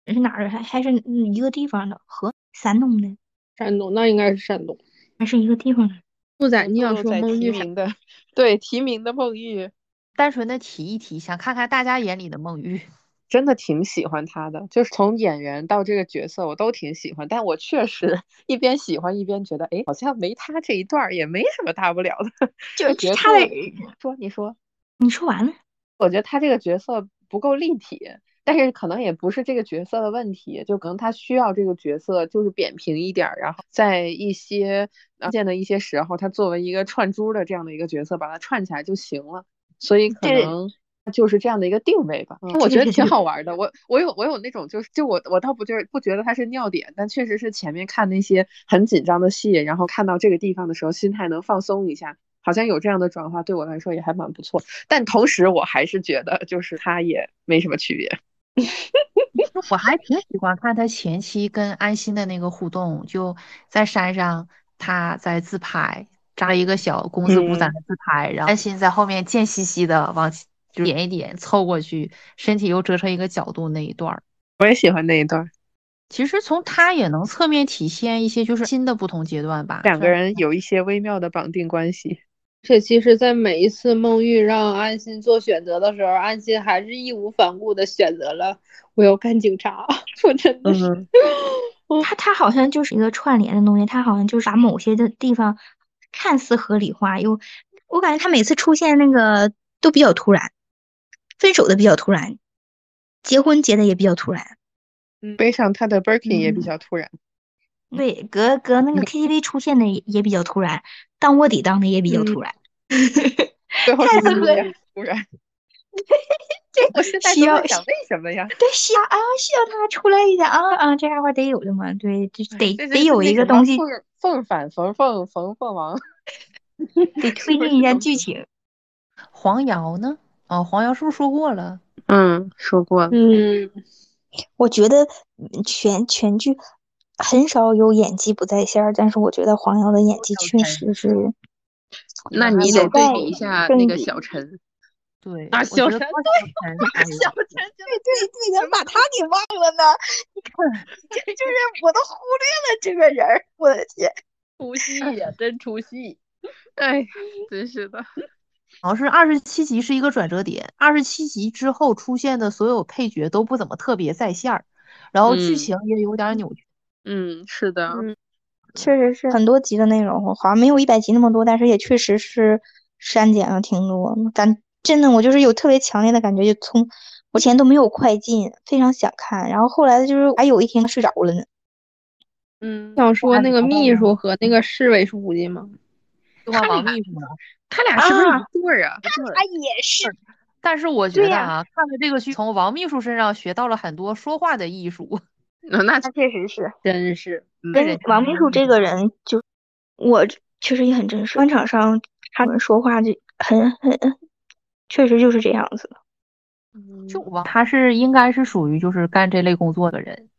是哪儿的？还是一个地方的？山东的， 山东那应该是山东。 还是一个地方的？ 兔仔，你想说不如在孟玉啥？ 提名的，对提名的孟玉， 单纯的提一提，想看看大家眼里的孟玉。 真的挺喜欢他的，就是从演员到这个角色我都挺喜欢，但我确实一边喜欢一边觉得，哎，好像没他这一段儿也没什么大不了的。 就是角色他的， 你说， 你说完了。 我觉得他这个角色不够立体，但是可能也不是这个角色的问题，就可能他需要这个角色就是扁平一点儿，然后在一些关键的一些时候，他作为一个串珠的这样的一个角色，把它串起来就行了。所以可对能就是这样的一个定位吧。我觉得挺对对对， 好玩的。我有那种就我倒不觉得它是尿点，但确实是前面看那些很紧张的戏，然后看到这个地方的时候，心态能放松一下。好像有这样的转化，对我来说也还蛮不错。但同时，我还是觉得，就是他也没什么区别。 我还挺喜欢看他前期跟安心的那个互动，就在山上，他在自拍，扎了一个小工字鼓在那自拍，然后安心在后面贱兮兮的往就点一点凑过去，身体又折成一个角度那一段儿。 我也喜欢那一段， 其实从他也能侧面体现一些就是新的不同阶段吧。 两个人有一些微妙的绑定关系。 这其实，在每一次孟玉让安心做选择的时候，安心还是义无反顾的选择了我要干警察。我真的是， 他好像就是一个串联的东西，他好像就是把某些的地方看似合理化，又我感觉他每次出现那个都比较突然，分手的比较突然，结婚结的也比较突然。 背上他的 Birkin 也比较突然。 对，搁那个 KTV 出现的也比较突然，当卧底当的也比较突然， 最后太合是也很突然。我现在需要都在想为什么呀？ 对需要他出来一下这样的话得有的嘛，对，就得是有一那什么个东西凤反凤王， 得推进一下剧情。 黄瑶呢？哦，黄瑶是不是说过了？ 说过了。 我觉得全剧很少有演技不在线儿，但是我觉得黄瑶的演技确实是那你得对比一下那个小陈。 对啊，小陈，对， 小陈， 对，咱把他给忘了呢。你看，就是我都忽略了这个人儿，我的天， 出戏呀，真出戏。哎，真是的。 好像是27集是一个转折点，27集之后出现的所有配角都不怎么特别在线儿，然后剧情也有点扭曲。 是的。 确实是很多集的内容，好像没有100集那么多，但是也确实是删减了挺多。但真的，我就是有特别强烈的感觉，就从我前都没有快进，非常想看，然后后来的就是还有一天睡着了呢。 想说那个秘书和那个市委书记吗？ 喜欢王秘书呢？ 他俩是不是一对儿啊？ 他也是。 但是我觉得看了这个剧，从王秘书身上学到了很多说话的艺术。 那确实是， 真是。 跟王秘书这个人，就我确实也很真实。官场上他们说话就很，确实就是这样子的。 他是应该是属于就是干这类工作的人。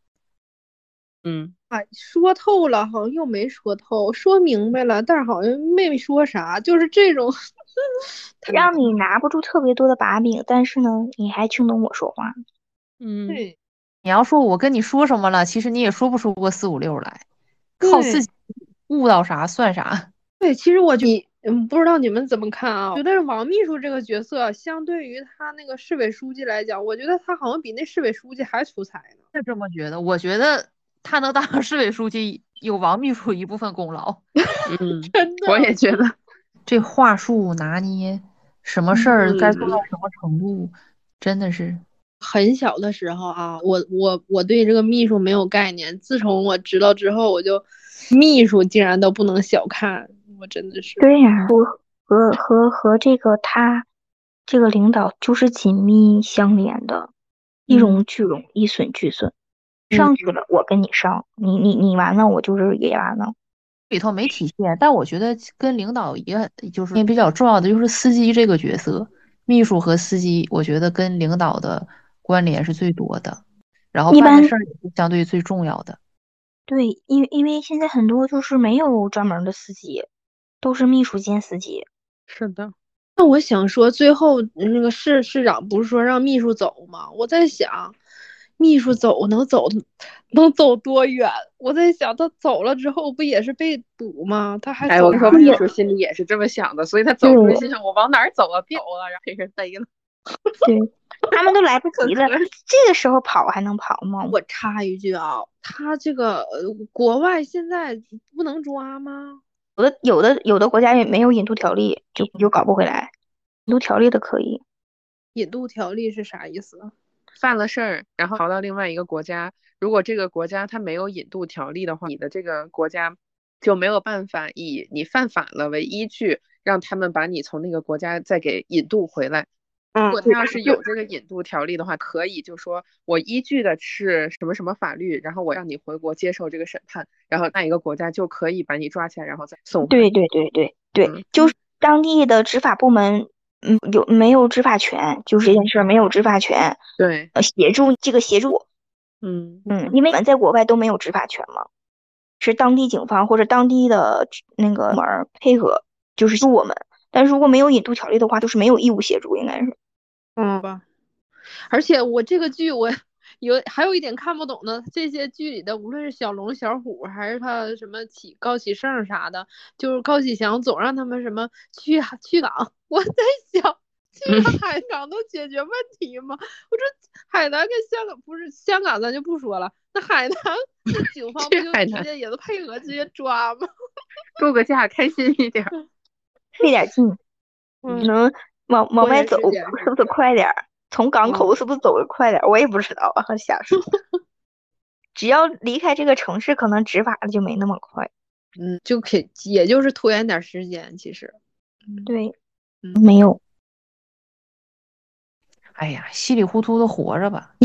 说透了，好像又没说透；说明白了，但是好像没说啥，就是这种。 让你拿不住特别多的把柄，但是呢，你还听懂我说话。 对，你要说我跟你说什么了，其实你也说不出个4、5、6来，靠自己悟到啥算啥。 对，其实我不知道你们怎么看啊？觉得王秘书这个角色，相对于他那个市委书记来讲，我觉得他好像比那市委书记还出彩呢。 是这么觉得？我觉得他能当市委书记，有王秘书一部分功劳。 真的， 我也觉得这话术拿捏，什么事儿该做到什么程度，真的是。 很小的时候啊，我对这个秘书没有概念，自从我知道之后，我就秘书竟然都不能小看，我真的是。 对呀，和这个他这个领导就是紧密相连的，一荣俱荣，一损俱损。上去了，我跟你上，你完了，我就是也完了。 里头没体现，但我觉得跟领导也就是比较重要的就是司机这个角色，秘书和司机，我觉得跟领导的关联是最多的，然后办的事儿也是相对最重要的。 对，因为现在很多就是没有专门的司机，都是秘书兼司机。 是的。 那我想说，最后那个市长不是说让秘书走吗？我在想， 秘书能走多远？我在想，他走了之后不也是被捕吗？他还哎，我跟你说， 走啥呀？ 秘书心里也是这么想的，所以他走出去心想我往哪儿走啊？别走了，然后被人逮了。 对，他们都来不及了， 可这个时候跑还能跑吗？ 我插一句啊，他这个国外现在不能抓吗？ 有的国家也没有引渡条例，就搞不回来。引渡条例的可以。 引渡条例是啥意思？ 犯了事儿，然后逃到另外一个国家，如果这个国家它没有引渡条例的话，你的这个国家就没有办法以你犯法了为依据，让他们把你从那个国家再给引渡回来。如果他要是有这个引渡条例的话，可以就说我依据的是什么什么法律，然后我让你回国接受这个审判，然后那一个国家就可以把你抓起来，然后再送回来。 对，就是当地的执法部门，没有执法权？就是这件事没有执法权。 对， 协助，因为我们在国外都没有执法权嘛，是当地警方或者当地的那个部门配合，就是助我们。但如果没有引渡条例的话，就是没有义务协助，应该是。 吧。而且我这个剧我还有一点看不懂的，这些剧里的无论是小龙、小虎，还是他什么高启盛啥的，就是高启强总让他们什么去港，我在想，去个海港能解决问题吗？我说海南跟香港不是香港，咱就不说了，那海南那警方不就直接也都配合直接抓吗？ 度个假开心一点， 费点劲，能往外走是不是快点？从港口是不是走得快点？我也不知道啊，瞎说。只要离开这个城市，可能执法的就没那么快。 就也就是拖延点时间，其实。 对，没有。 哎呀，稀里糊涂的活着吧，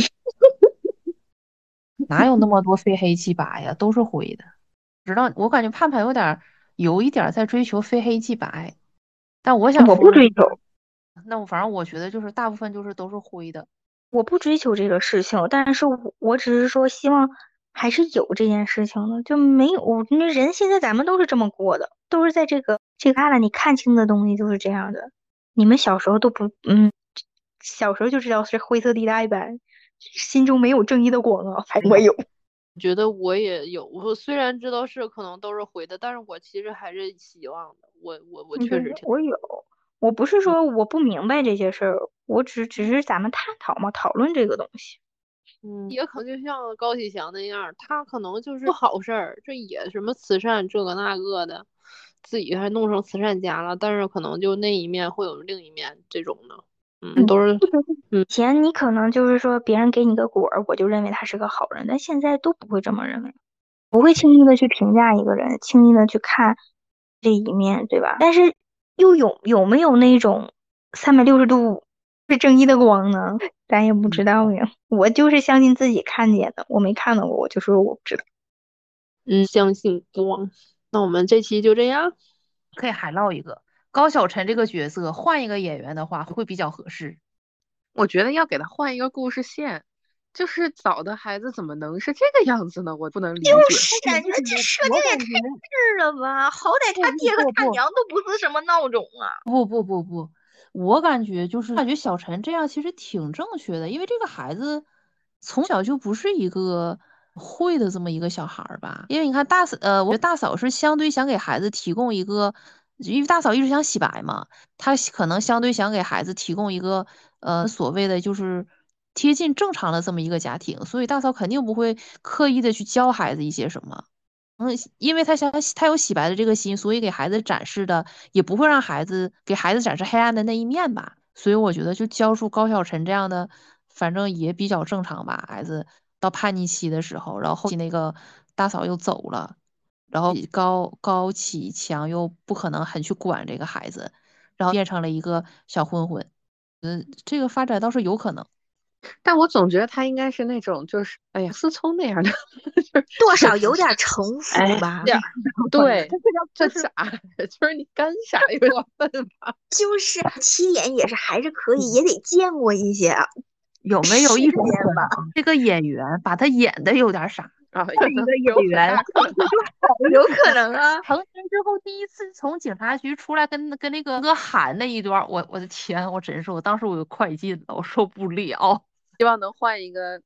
哪有那么多非黑即白呀？都是灰的。知道，我感觉盼盼有一点在追求非黑即白，但我想我不追求。 那反正我觉得就是大部分就是都是灰的。 我不追求这个事情，但是我只是说希望还是有这件事情的，就没有那人现在咱们都是这么过的，都是在这个大了你看清的东西就是这样的。你们小时候都不小时候就知道是灰色地带呗，心中没有正义的光啊，反正我有。 觉得我也有，我虽然知道是可能都是灰的，但是我其实还是希望的。我确实我有，我不是说我不明白这些事儿，我只是咱们探讨嘛，讨论这个东西。 也可能就像高启强那样，他可能就是做好事儿，这也什么慈善这个那个的，自己还弄成慈善家了，但是可能就那一面会有另一面这种的。都是以前你可能就是说别人给你个果儿，我就认为他是个好人，但现在都不会这么认为，不会轻易的去评价一个人，轻易的去看这一面，对吧？但是又有没有那种360度是正义的光呢？咱也不知道呀。我就是相信自己看见的，我没看到过，我就说我不知道。 相信光。那我们这期就这样， 可以还唠一个高晓晨这个角色，换一个演员的话会比较合适。 我觉得要给他换一个故事线，就是早的孩子怎么能是这个样子呢？我不能理解。 就是感觉这设定也太稚了吧！好歹他爹和他娘都不是什么闹钟啊！ 不，我感觉小陈这样其实挺正确的，因为这个孩子从小就不是一个会的这么一个小孩儿吧。因为你看我觉得大嫂是相对想给孩子提供一个，因为大嫂一直想洗白嘛，她可能相对想给孩子提供一个所谓的就是贴近正常的这么一个家庭，所以大嫂肯定不会刻意的去教孩子一些什么。因为他有洗白的这个心，所以给孩子展示的也不会让给孩子展示黑暗的那一面吧。所以我觉得就教出高晓晨这样的，反正也比较正常吧。孩子到叛逆期的时候，然后后期那个大嫂又走了，然后高启强又不可能很去管这个孩子，然后变成了一个小混混。这个发展倒是有可能。 但我总觉得他应该是那种，就是哎呀，思聪那样的， 多少有点城府吧。 对，这傻，就是你干啥有点笨吧？ 就是起眼也是还是可以，也得见过一些啊。 有没有一种可能，这个演员把他演的有点傻啊？ 一个演员有可能啊。 成年之后第一次从警察局出来，跟那个哥喊那一段，我的天，我真是，当时我就快进了，我受不了。 希望能换一个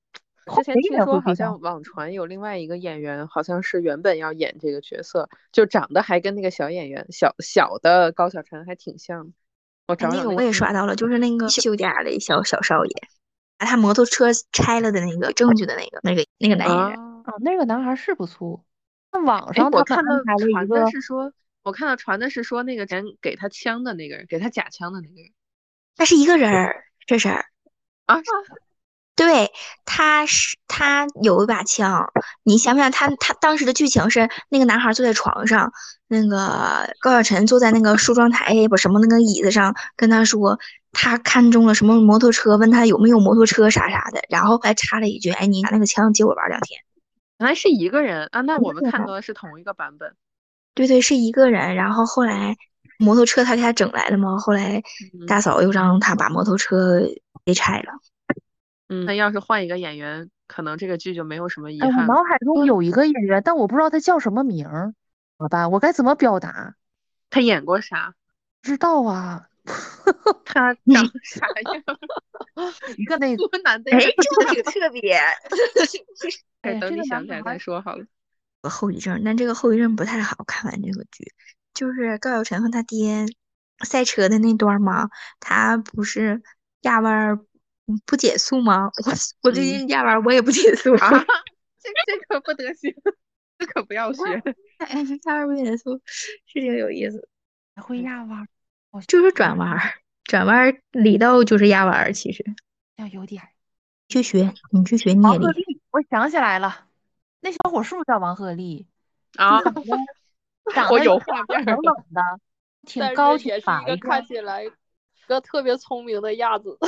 之前听说好会非常像网传有另外一个演员，好像是原本要演这个角色，就长得还跟那个小演员小的高晓晨还挺像。我找找那个我也刷到了，就是那个修家的小少爷，把他摩托车拆了的那个证据的那个男演员。 啊， 哦，那个男孩是不错。那网哎， 上他们我看到安排了一传的个， 是说，我看到传的是说那个人给他枪的那个人，给他假枪的那个人那是一个人儿，这事儿。 啊， 对，他有一把枪，你想不想他当时的剧情是那个男孩坐在床上，那个高晓晨坐在那个梳妆台不什么那个椅子上，跟他说他看中了什么摩托车，问他有没有摩托车啥啥的，然后还插了一句，哎，你拿那个枪借我玩2天。 原来是一个人啊，那我们看到的是同一个版本。 对对，是一个人，然后后来摩托车他给他整来了嘛，后来大嫂又让他把摩托车给拆了。 那要是换一个演员，可能这个剧就没有什么遗哎，我憾了。 脑海中有一个演员，但我不知道他叫什么名儿，怎么办？我该怎么表达？ 他演过啥？ 不知道啊。 他长啥样？ 一个那个， 多难的哎， 一个这个挺特别。 等你哎这个想起来再男孩说好了。 后遗症，但这个后遗症不太好。看完这个剧，就是高晓晨和他爹赛车的那段嘛，他不是压弯儿不减速吗？我最近压弯儿我也不减速啊，这可不得行，这可不要学。 哎，压弯儿不减速是挺有意思。 还会压弯儿， 就是转弯儿，转弯儿力道就是压弯儿，其实像有点儿。 去学，你去学你也厉害。 王鹤棣，我想起来了，那小伙是不是叫王鹤棣？ 啊， 长得我有画面冷冷的，挺但高挺是也是一个白的。 看起来一个特别聪明的亚子。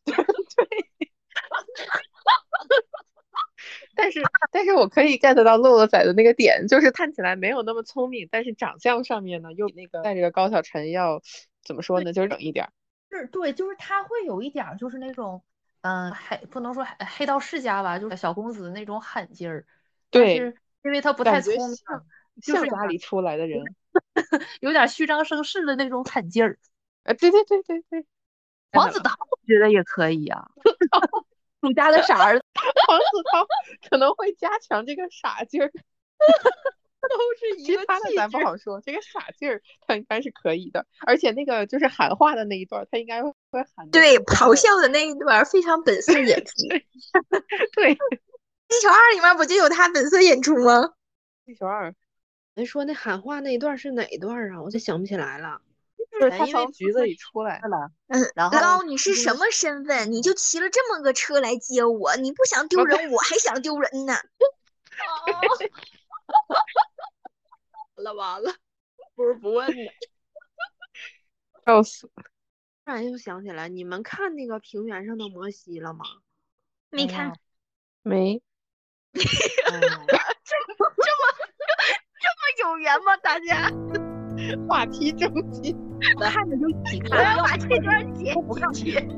但是我可以 get 到洛洛仔的那个点，就是看起来没有那么聪明，但是长相上面呢，又比那个在这个高晓晨要怎么说呢，就是冷一点。 是对，就是他会有一点儿，就是那种，不能说黑道世家吧，就是小公子那种狠劲儿。但对， 是因为他不太感觉聪明， 像家里出来的人。 有点虚张声势的那种狠劲儿。 对对对对对， 黄子韬我觉得也可以啊，儒家的傻儿子。 黄子韬可能会加强这个傻劲儿。 都是一个其他的咱不好说，这个傻劲儿他应该是可以的，而且那个就是喊话的那一段，他应该会喊。 对，咆哮的那一段非常本色演出。 对， 地球2里面不就有他本色演出吗？ 地球2， 你说那喊话那一段是哪一段啊？我就想不起来了。 就是他从局子里出来了。 然后高，你是什么身份？你就骑了这么个车来接我，你不想丢人，我还想丢人呢。 完了，不是不问的。 笑死！ 突然又想起来，你们看那个平原上的摩西了吗？ 没看， 没。 这么有缘吗？大家话题终结， 看着就一起我看， 要把这段剪不看进去。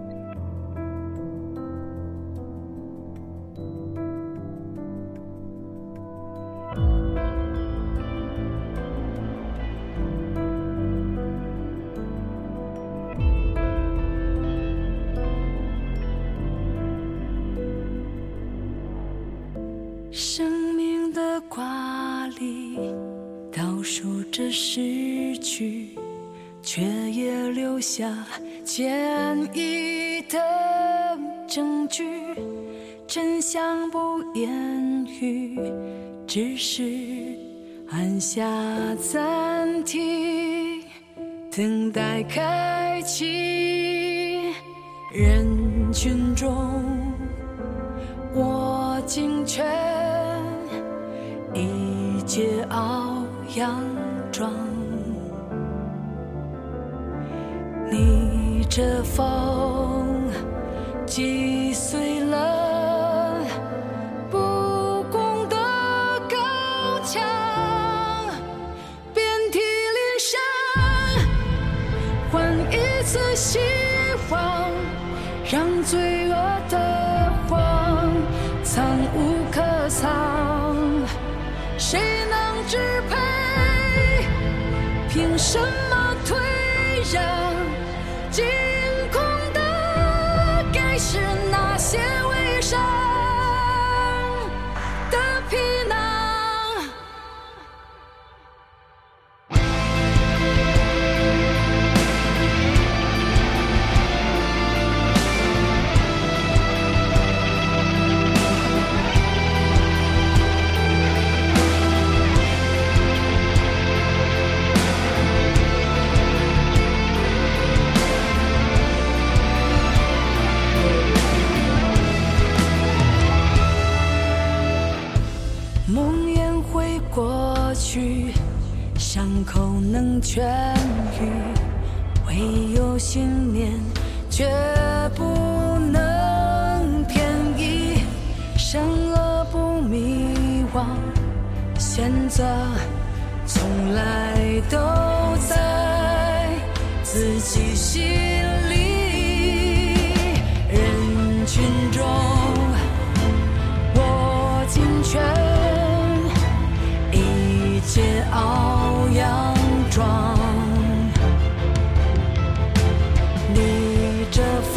生命的挂历倒数着逝去，却也留下坚毅的证据。真相不言语，只是按下暂停，等待开启。人群中我尽全一介傲佯装，逆着风击碎了不公的高墙，遍体鳞伤，换一次希望，让罪恶的谎藏无可藏。谁能支配？凭什么退让？惊恐的该是那些伪善。 绝不能偏移，生而不迷惘，选择从来都在自己心里。人群中握紧拳，一切傲佯装，逆着风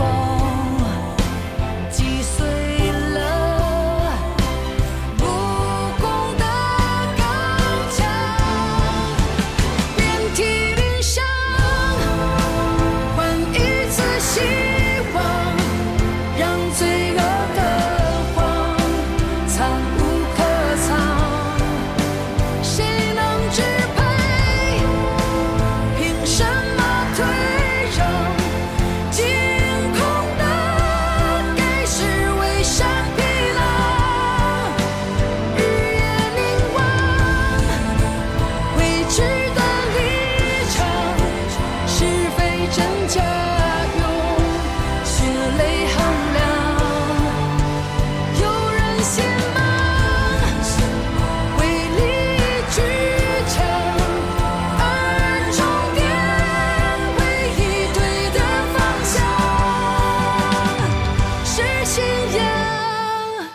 击碎了不公的高墙，遍体鳞伤，换一次希望，让罪恶的谎藏无可藏。谁能支配？凭什么退让？惊恐的该是围上皮囊，日夜凝望，未知的立场，是非真假用血泪衡量。有人显忙，为利聚强，而终点唯一对的方向是信仰。